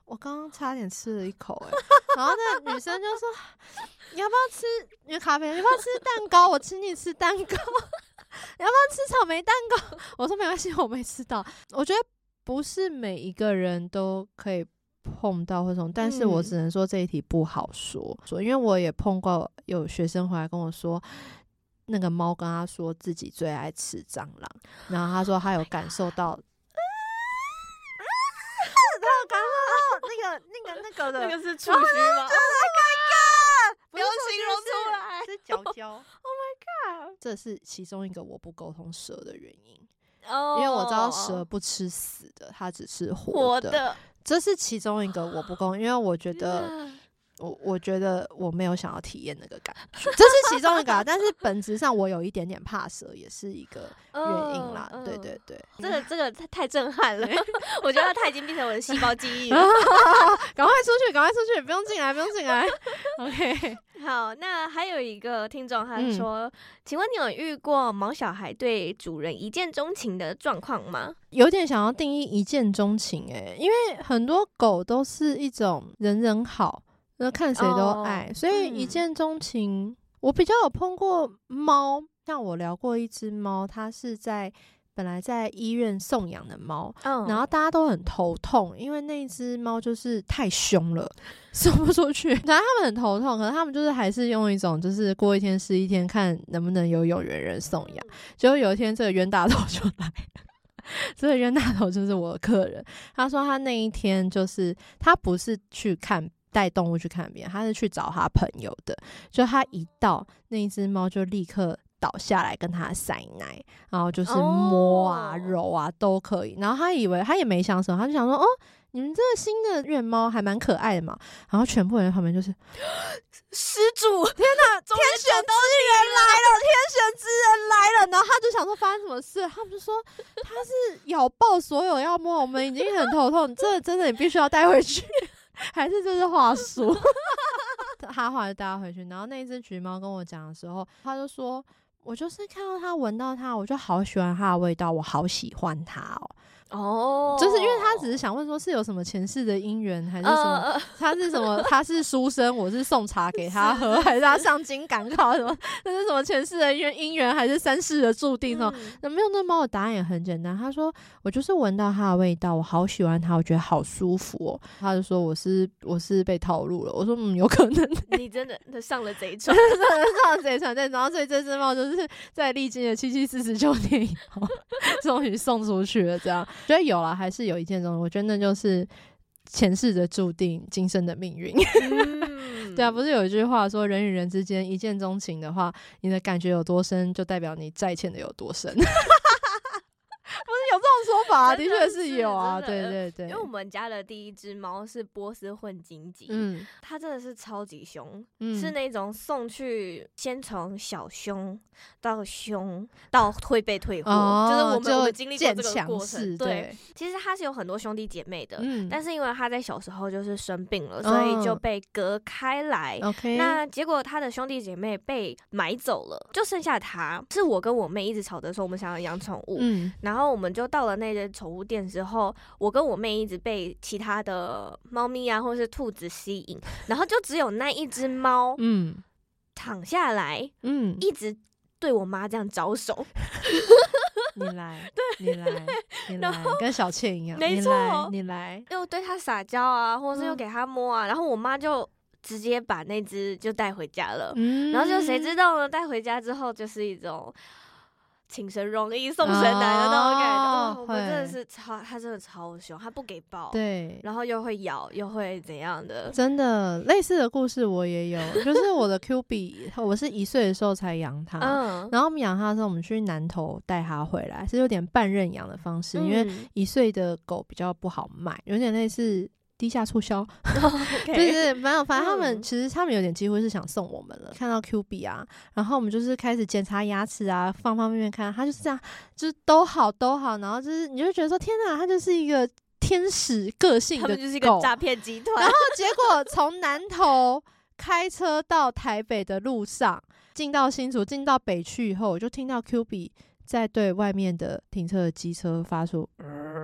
Speaker 3: 我刚刚差点吃了一口然后那个女生就说你要不要吃你的咖啡，你要不要吃蛋糕，我请你吃蛋糕你要不要吃草莓蛋糕，我说没关系，我没吃到。我觉得不是每一个人都可以碰到或什么，但是我只能说这一题不好说，因为我也碰过有学生回来跟我说那个猫跟他说自己最爱吃蟑螂，然后他说他有感受到
Speaker 1: 那个是触须吗？
Speaker 3: 不要形容出来，是脚胶。Oh my god！ 这是其中一个我不沟通蛇的原因，因为我知道蛇不吃死的，它只吃活的。这是其中一个我不沟通，因为我觉得我觉得我没有想要体验那个感觉，这是其中一个但是本质上我有一点点怕蛇，也是一个原因啦。对对对，
Speaker 1: 这个太震撼了我觉得它已经变成我的细胞记忆了
Speaker 3: 赶快出去，不用进来OK。
Speaker 1: 好，那还有一个听众他说请问你有遇过毛小孩对主人一见钟情的状况吗？
Speaker 3: 有点想要定义一见钟情因为很多狗都是一种人人好，看谁都爱所以一见钟情我比较有碰过猫，像我聊过一只猫，它是本来在医院送养的猫然后大家都很头痛，因为那只猫就是太凶了送不出去，然后他们很头痛，可是他们就是还是用一种就是过一天是一天，看能不能有有缘人送养结果有一天这个冤大头就来了这个冤大头就是我的客人，他说他那一天就是他不是去带动物去看别人，他是去找他朋友的，就他一到那一只猫就立刻倒下来跟他塞奶，然后就是摸啊揉啊都可以，然后他以为他也没想什么，他就想说你们这个新的院猫还蛮可爱的嘛，然后全部人在旁边就是
Speaker 1: 施主，
Speaker 3: 天哪，天选之人来了，然后他就想说发生什么事，他们就说他是咬爆所有要摸，我们已经很头痛，这真的你必须要带回去还是这是话术他后来就带他回去，然后那一只橘猫跟我讲的时候，他就说我就是看到它闻到它我就好喜欢它的味道，我好喜欢它就是因为他只是想问说是有什么前世的姻缘还是什么他是什么他是书生我是送茶给他喝还是他上京赶考什么那是什么前世的姻缘还是三世的注定什么没有，那猫的答案也很简单，他说我就是闻到它的味道我好喜欢它，我觉得好舒服他就说我是被套路了，我说有可能
Speaker 1: 你真的上了贼船
Speaker 3: 上了贼船对，然后所以这只猫就是在历经了749年以后终于送出去了，这样觉得有啦，还是有一见钟情，我觉得那就是前世的注定，今生的命运对啊，不是有一句话说人与人之间一见钟情的话，你的感觉有多深就代表你债欠的有多深不是有这种说法的确是有啊，对对对，
Speaker 1: 因为我们家的第一只猫是波斯混金吉它真的是超级凶是那种送去先从小凶到凶到会被退货就是我们经历过这个过程对，其实它是有很多兄弟姐妹的但是因为它在小时候就是生病了所以就被隔开来那结果它的兄弟姐妹被买走了，就剩下它，是我跟我妹一直吵着说我们想要养宠物然后我们就到了那间宠物店之后，我跟我妹一直被其他的猫咪啊或是兔子吸引然后就只有那一只猫躺下来一直对我妈这样招手
Speaker 3: 你来对你来跟小倩一样
Speaker 1: 没错
Speaker 3: 你来
Speaker 1: 又对她撒娇啊或是又给她摸啊然后我妈就直接把那只就带回家了然后就谁知道呢带回家之后就是一种请神容易送神难的那种感觉我们真的是他真的超凶，他不给抱
Speaker 3: 对，
Speaker 1: 然后又会咬又会怎样的，
Speaker 3: 真的类似的故事我也有就是我的 Q B 我是1岁的时候才养它然后我们养它的时候我们去南投带它回来是有点半认养的方式因为1岁的狗比较不好卖，有点类似低价促销就是反正他们其实他们有点机会是想送我们了，看到 Q B 啊然后我们就是开始检查牙齿啊方方面面看他就是这样就是都好然后就是你就觉得说天哪他就是一个天使个性的狗，他们
Speaker 1: 就是一个诈骗集团
Speaker 3: 然后结果从南投开车到台北的路上进到新竹进到北区以后我就听到 Q B 在对外面的停车的机车发出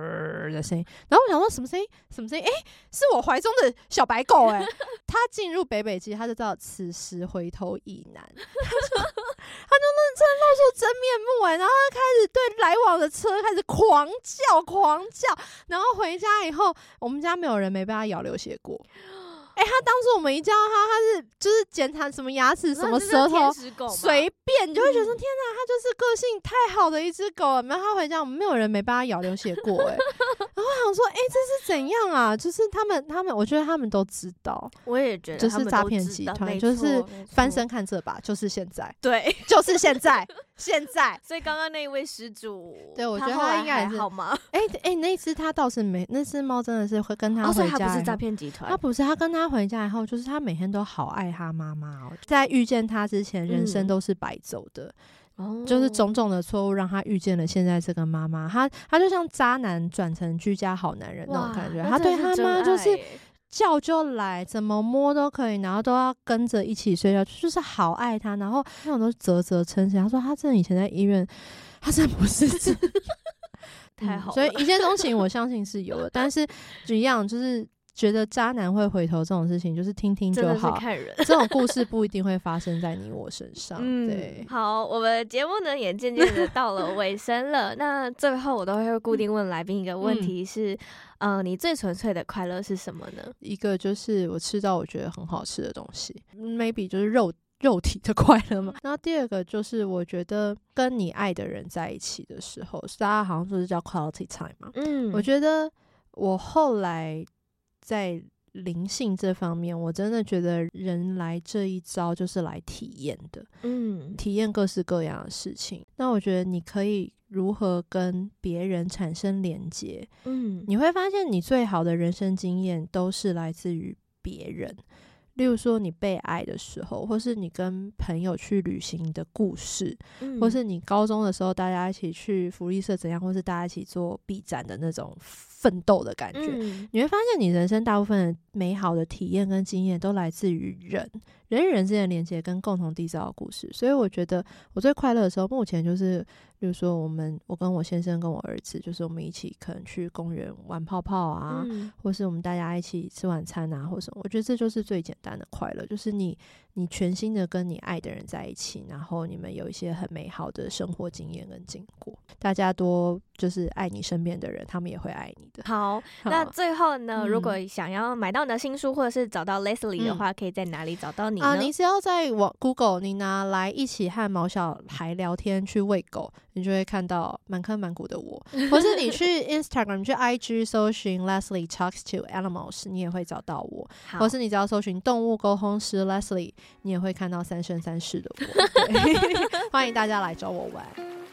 Speaker 3: 的声音，然后我想说什么声音？什么声音？是我怀中的小白狗他进入北北基，他就知道此时回头已难，他就认真露出真面目然后他开始对来往的车开始狂叫，然后回家以后，我们家没有人没被他咬流血过。他当初我们一叫他是就是检查什么牙齿什么舌头随便，你就会觉得说天哪，他就是个性太好的一只狗了。然后他回家我们没有人没被他咬流血过然后我想说这是怎样啊，就是他们我觉得他们都知道，
Speaker 1: 我也觉得
Speaker 3: 就是诈骗集团，就是翻身看这把，就是现在，
Speaker 1: 对，
Speaker 3: 就是现在
Speaker 1: 所以刚刚那一位失主，
Speaker 3: 对，我觉得他应该
Speaker 1: 还好吗？
Speaker 3: 那只他倒是没，那只猫真的是会跟他回家，
Speaker 1: 所以他不是诈骗集团，
Speaker 3: 他不是，他跟他回家以后，就是他每天都好爱他妈妈在遇见他之前，人生都是白走的。就是种种的错误让他遇见了现在这个妈妈，他就像渣男转成居家好男人那种感觉，他对他妈就是叫就来，怎么摸都可以，然后都要跟着一起睡觉，就是好爱他。然后那种都啧称奇，他说他真的以前在医院，他真的不是
Speaker 1: 太好了。
Speaker 3: 所以一见钟情我相信是有的，但是一样就是觉得渣男会回头这种事情，就是听听就好，
Speaker 1: 真的是看人。
Speaker 3: 这种故事不一定会发生在你我身上。对，
Speaker 1: 好，我们的节目呢也渐渐的到了尾声了。那最后我都会固定问来宾一个问题是，你最纯粹的快乐是什么呢？
Speaker 3: 一个就是我吃到我觉得很好吃的东西 ，maybe 就是肉体的快乐嘛。然后第二个就是我觉得跟你爱的人在一起的时候，大家好像说是叫 quality time 嘛。我觉得我后来在灵性这方面，我真的觉得人来这一遭就是来体验的，体验各式各样的事情。那我觉得你可以如何跟别人产生连结，你会发现你最好的人生经验都是来自于别人。例如说你被爱的时候，或是你跟朋友去旅行的故事，或是你高中的时候大家一起去福利社怎样，或是大家一起做 B 展的那种奋斗的感觉，你会发现你人生大部分的美好的体验跟经验都来自于人与人之间的连接跟共同缔造的故事。所以我觉得我最快乐的时候目前就是比如说我跟我先生跟我儿子，就是我们一起可能去公园玩泡泡啊，或是我们大家一起吃晚餐啊或什么，我觉得这就是最简单的快乐，就是你全心的跟你爱的人在一起，然后你们有一些很美好的生活经验跟经过，大家多就是爱你身边的人，他们也会爱你的。
Speaker 1: 好，那最后呢，如果想要买到你的新书或者是找到 Leslie 的话，可以在哪里找到你呢？
Speaker 3: 你只要在Google 你拿来一起和毛小孩聊天去喂狗，你就会看到满坑满谷的我，或是你去 Instagram 去 IG 搜寻 Leslie Talks to Animals 你也会找到我，或是你只要搜寻动物沟通师 Leslie 你也会看到三生三世的我欢迎大家来找我玩。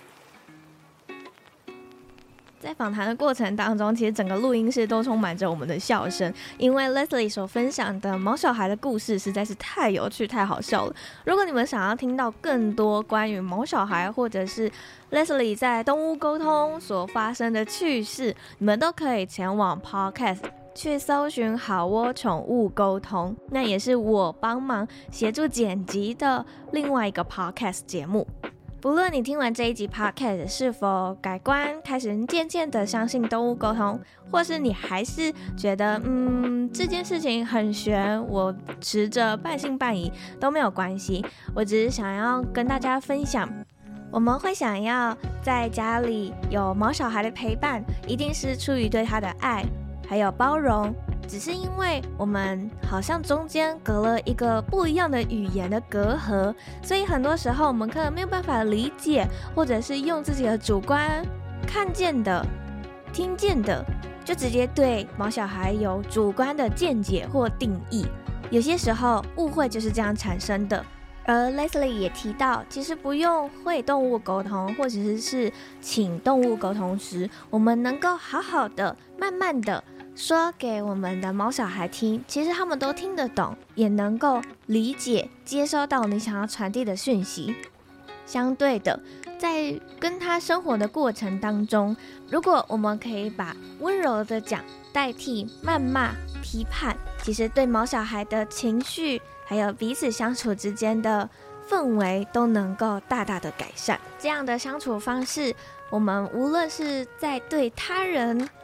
Speaker 1: 在访谈的过程当中，其实整个录音室都充满着我们的笑声，因为 Leslie 所分享的毛小孩的故事实在是太有趣太好笑了。如果你们想要听到更多关于毛小孩或者是 Leslie 在动物沟通所发生的趣事，你们都可以前往 Podcast 去搜寻好窝宠物沟通，那也是我帮忙协助剪辑的另外一个 Podcast 节目。不论你听完这一集 Podcast 是否改观，开始渐渐的相信动物沟通，或是你还是觉得这件事情很玄，我持着半信半疑都没有关系，我只是想要跟大家分享，我们会想要在家里有毛小孩的陪伴，一定是出于对他的爱还有包容，只是因为我们好像中间隔了一个不一样的语言的隔阂，所以很多时候我们可能没有办法理解，或者是用自己的主观看见的听见的就直接对毛小孩有主观的见解或定义，有些时候误会就是这样产生的。而 Leslie 也提到，其实不用会动物沟通，或者是请动物沟通师，我们能够好好的慢慢的说给我们的毛小孩听，其实他们都听得懂，也能够理解接收到你想要传递的讯息。相对的，在跟他生活的过程当中，如果我们可以把温柔的讲代替谩骂批判，其实对毛小孩的情绪还有彼此相处之间的氛围都能够大大的改善。这样的相处方式，我们无论是在对他人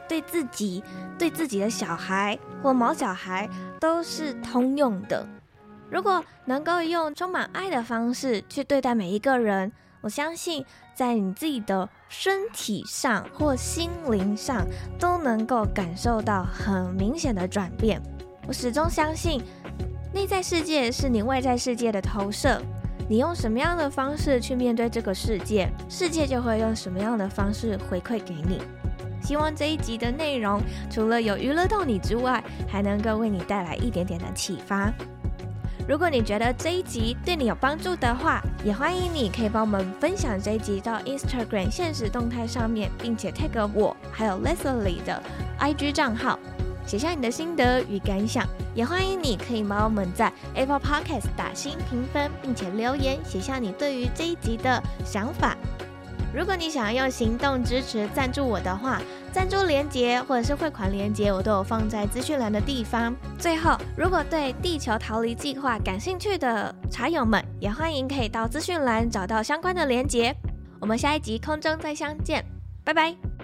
Speaker 1: 对自己、对自己的小孩或毛小孩都是通用的。如果能够用充满爱的方式去对待每一个人，我相信在你自己的身体上或心灵上都能够感受到很明显的转变。我始终相信，内在世界是你外在世界的投射，你用什么样的方式去面对这个世界，世界就会用什么样的方式回馈给你。希望这一集的内容除了有娱乐到你之外，还能够为你带来一点点的启发。如果你觉得这一集对你有帮助的话，也欢迎你可以帮我们分享这一集到 Instagram 现实动态上面，并且 tag 我还有 Leslie 的 IG 账号，写下你的心得与感想。也欢迎你可以帮我们在 Apple Podcast 打星评分，并且留言写下你对于这一集的想法。如果你想要用行动支持赞助我的话，赞助连结或者是汇款连结我都有放在资讯栏的地方。最后，如果对地球逃离计划感兴趣的茶友们，也欢迎可以到资讯栏找到相关的连结。我们下一集空中再相见，拜拜。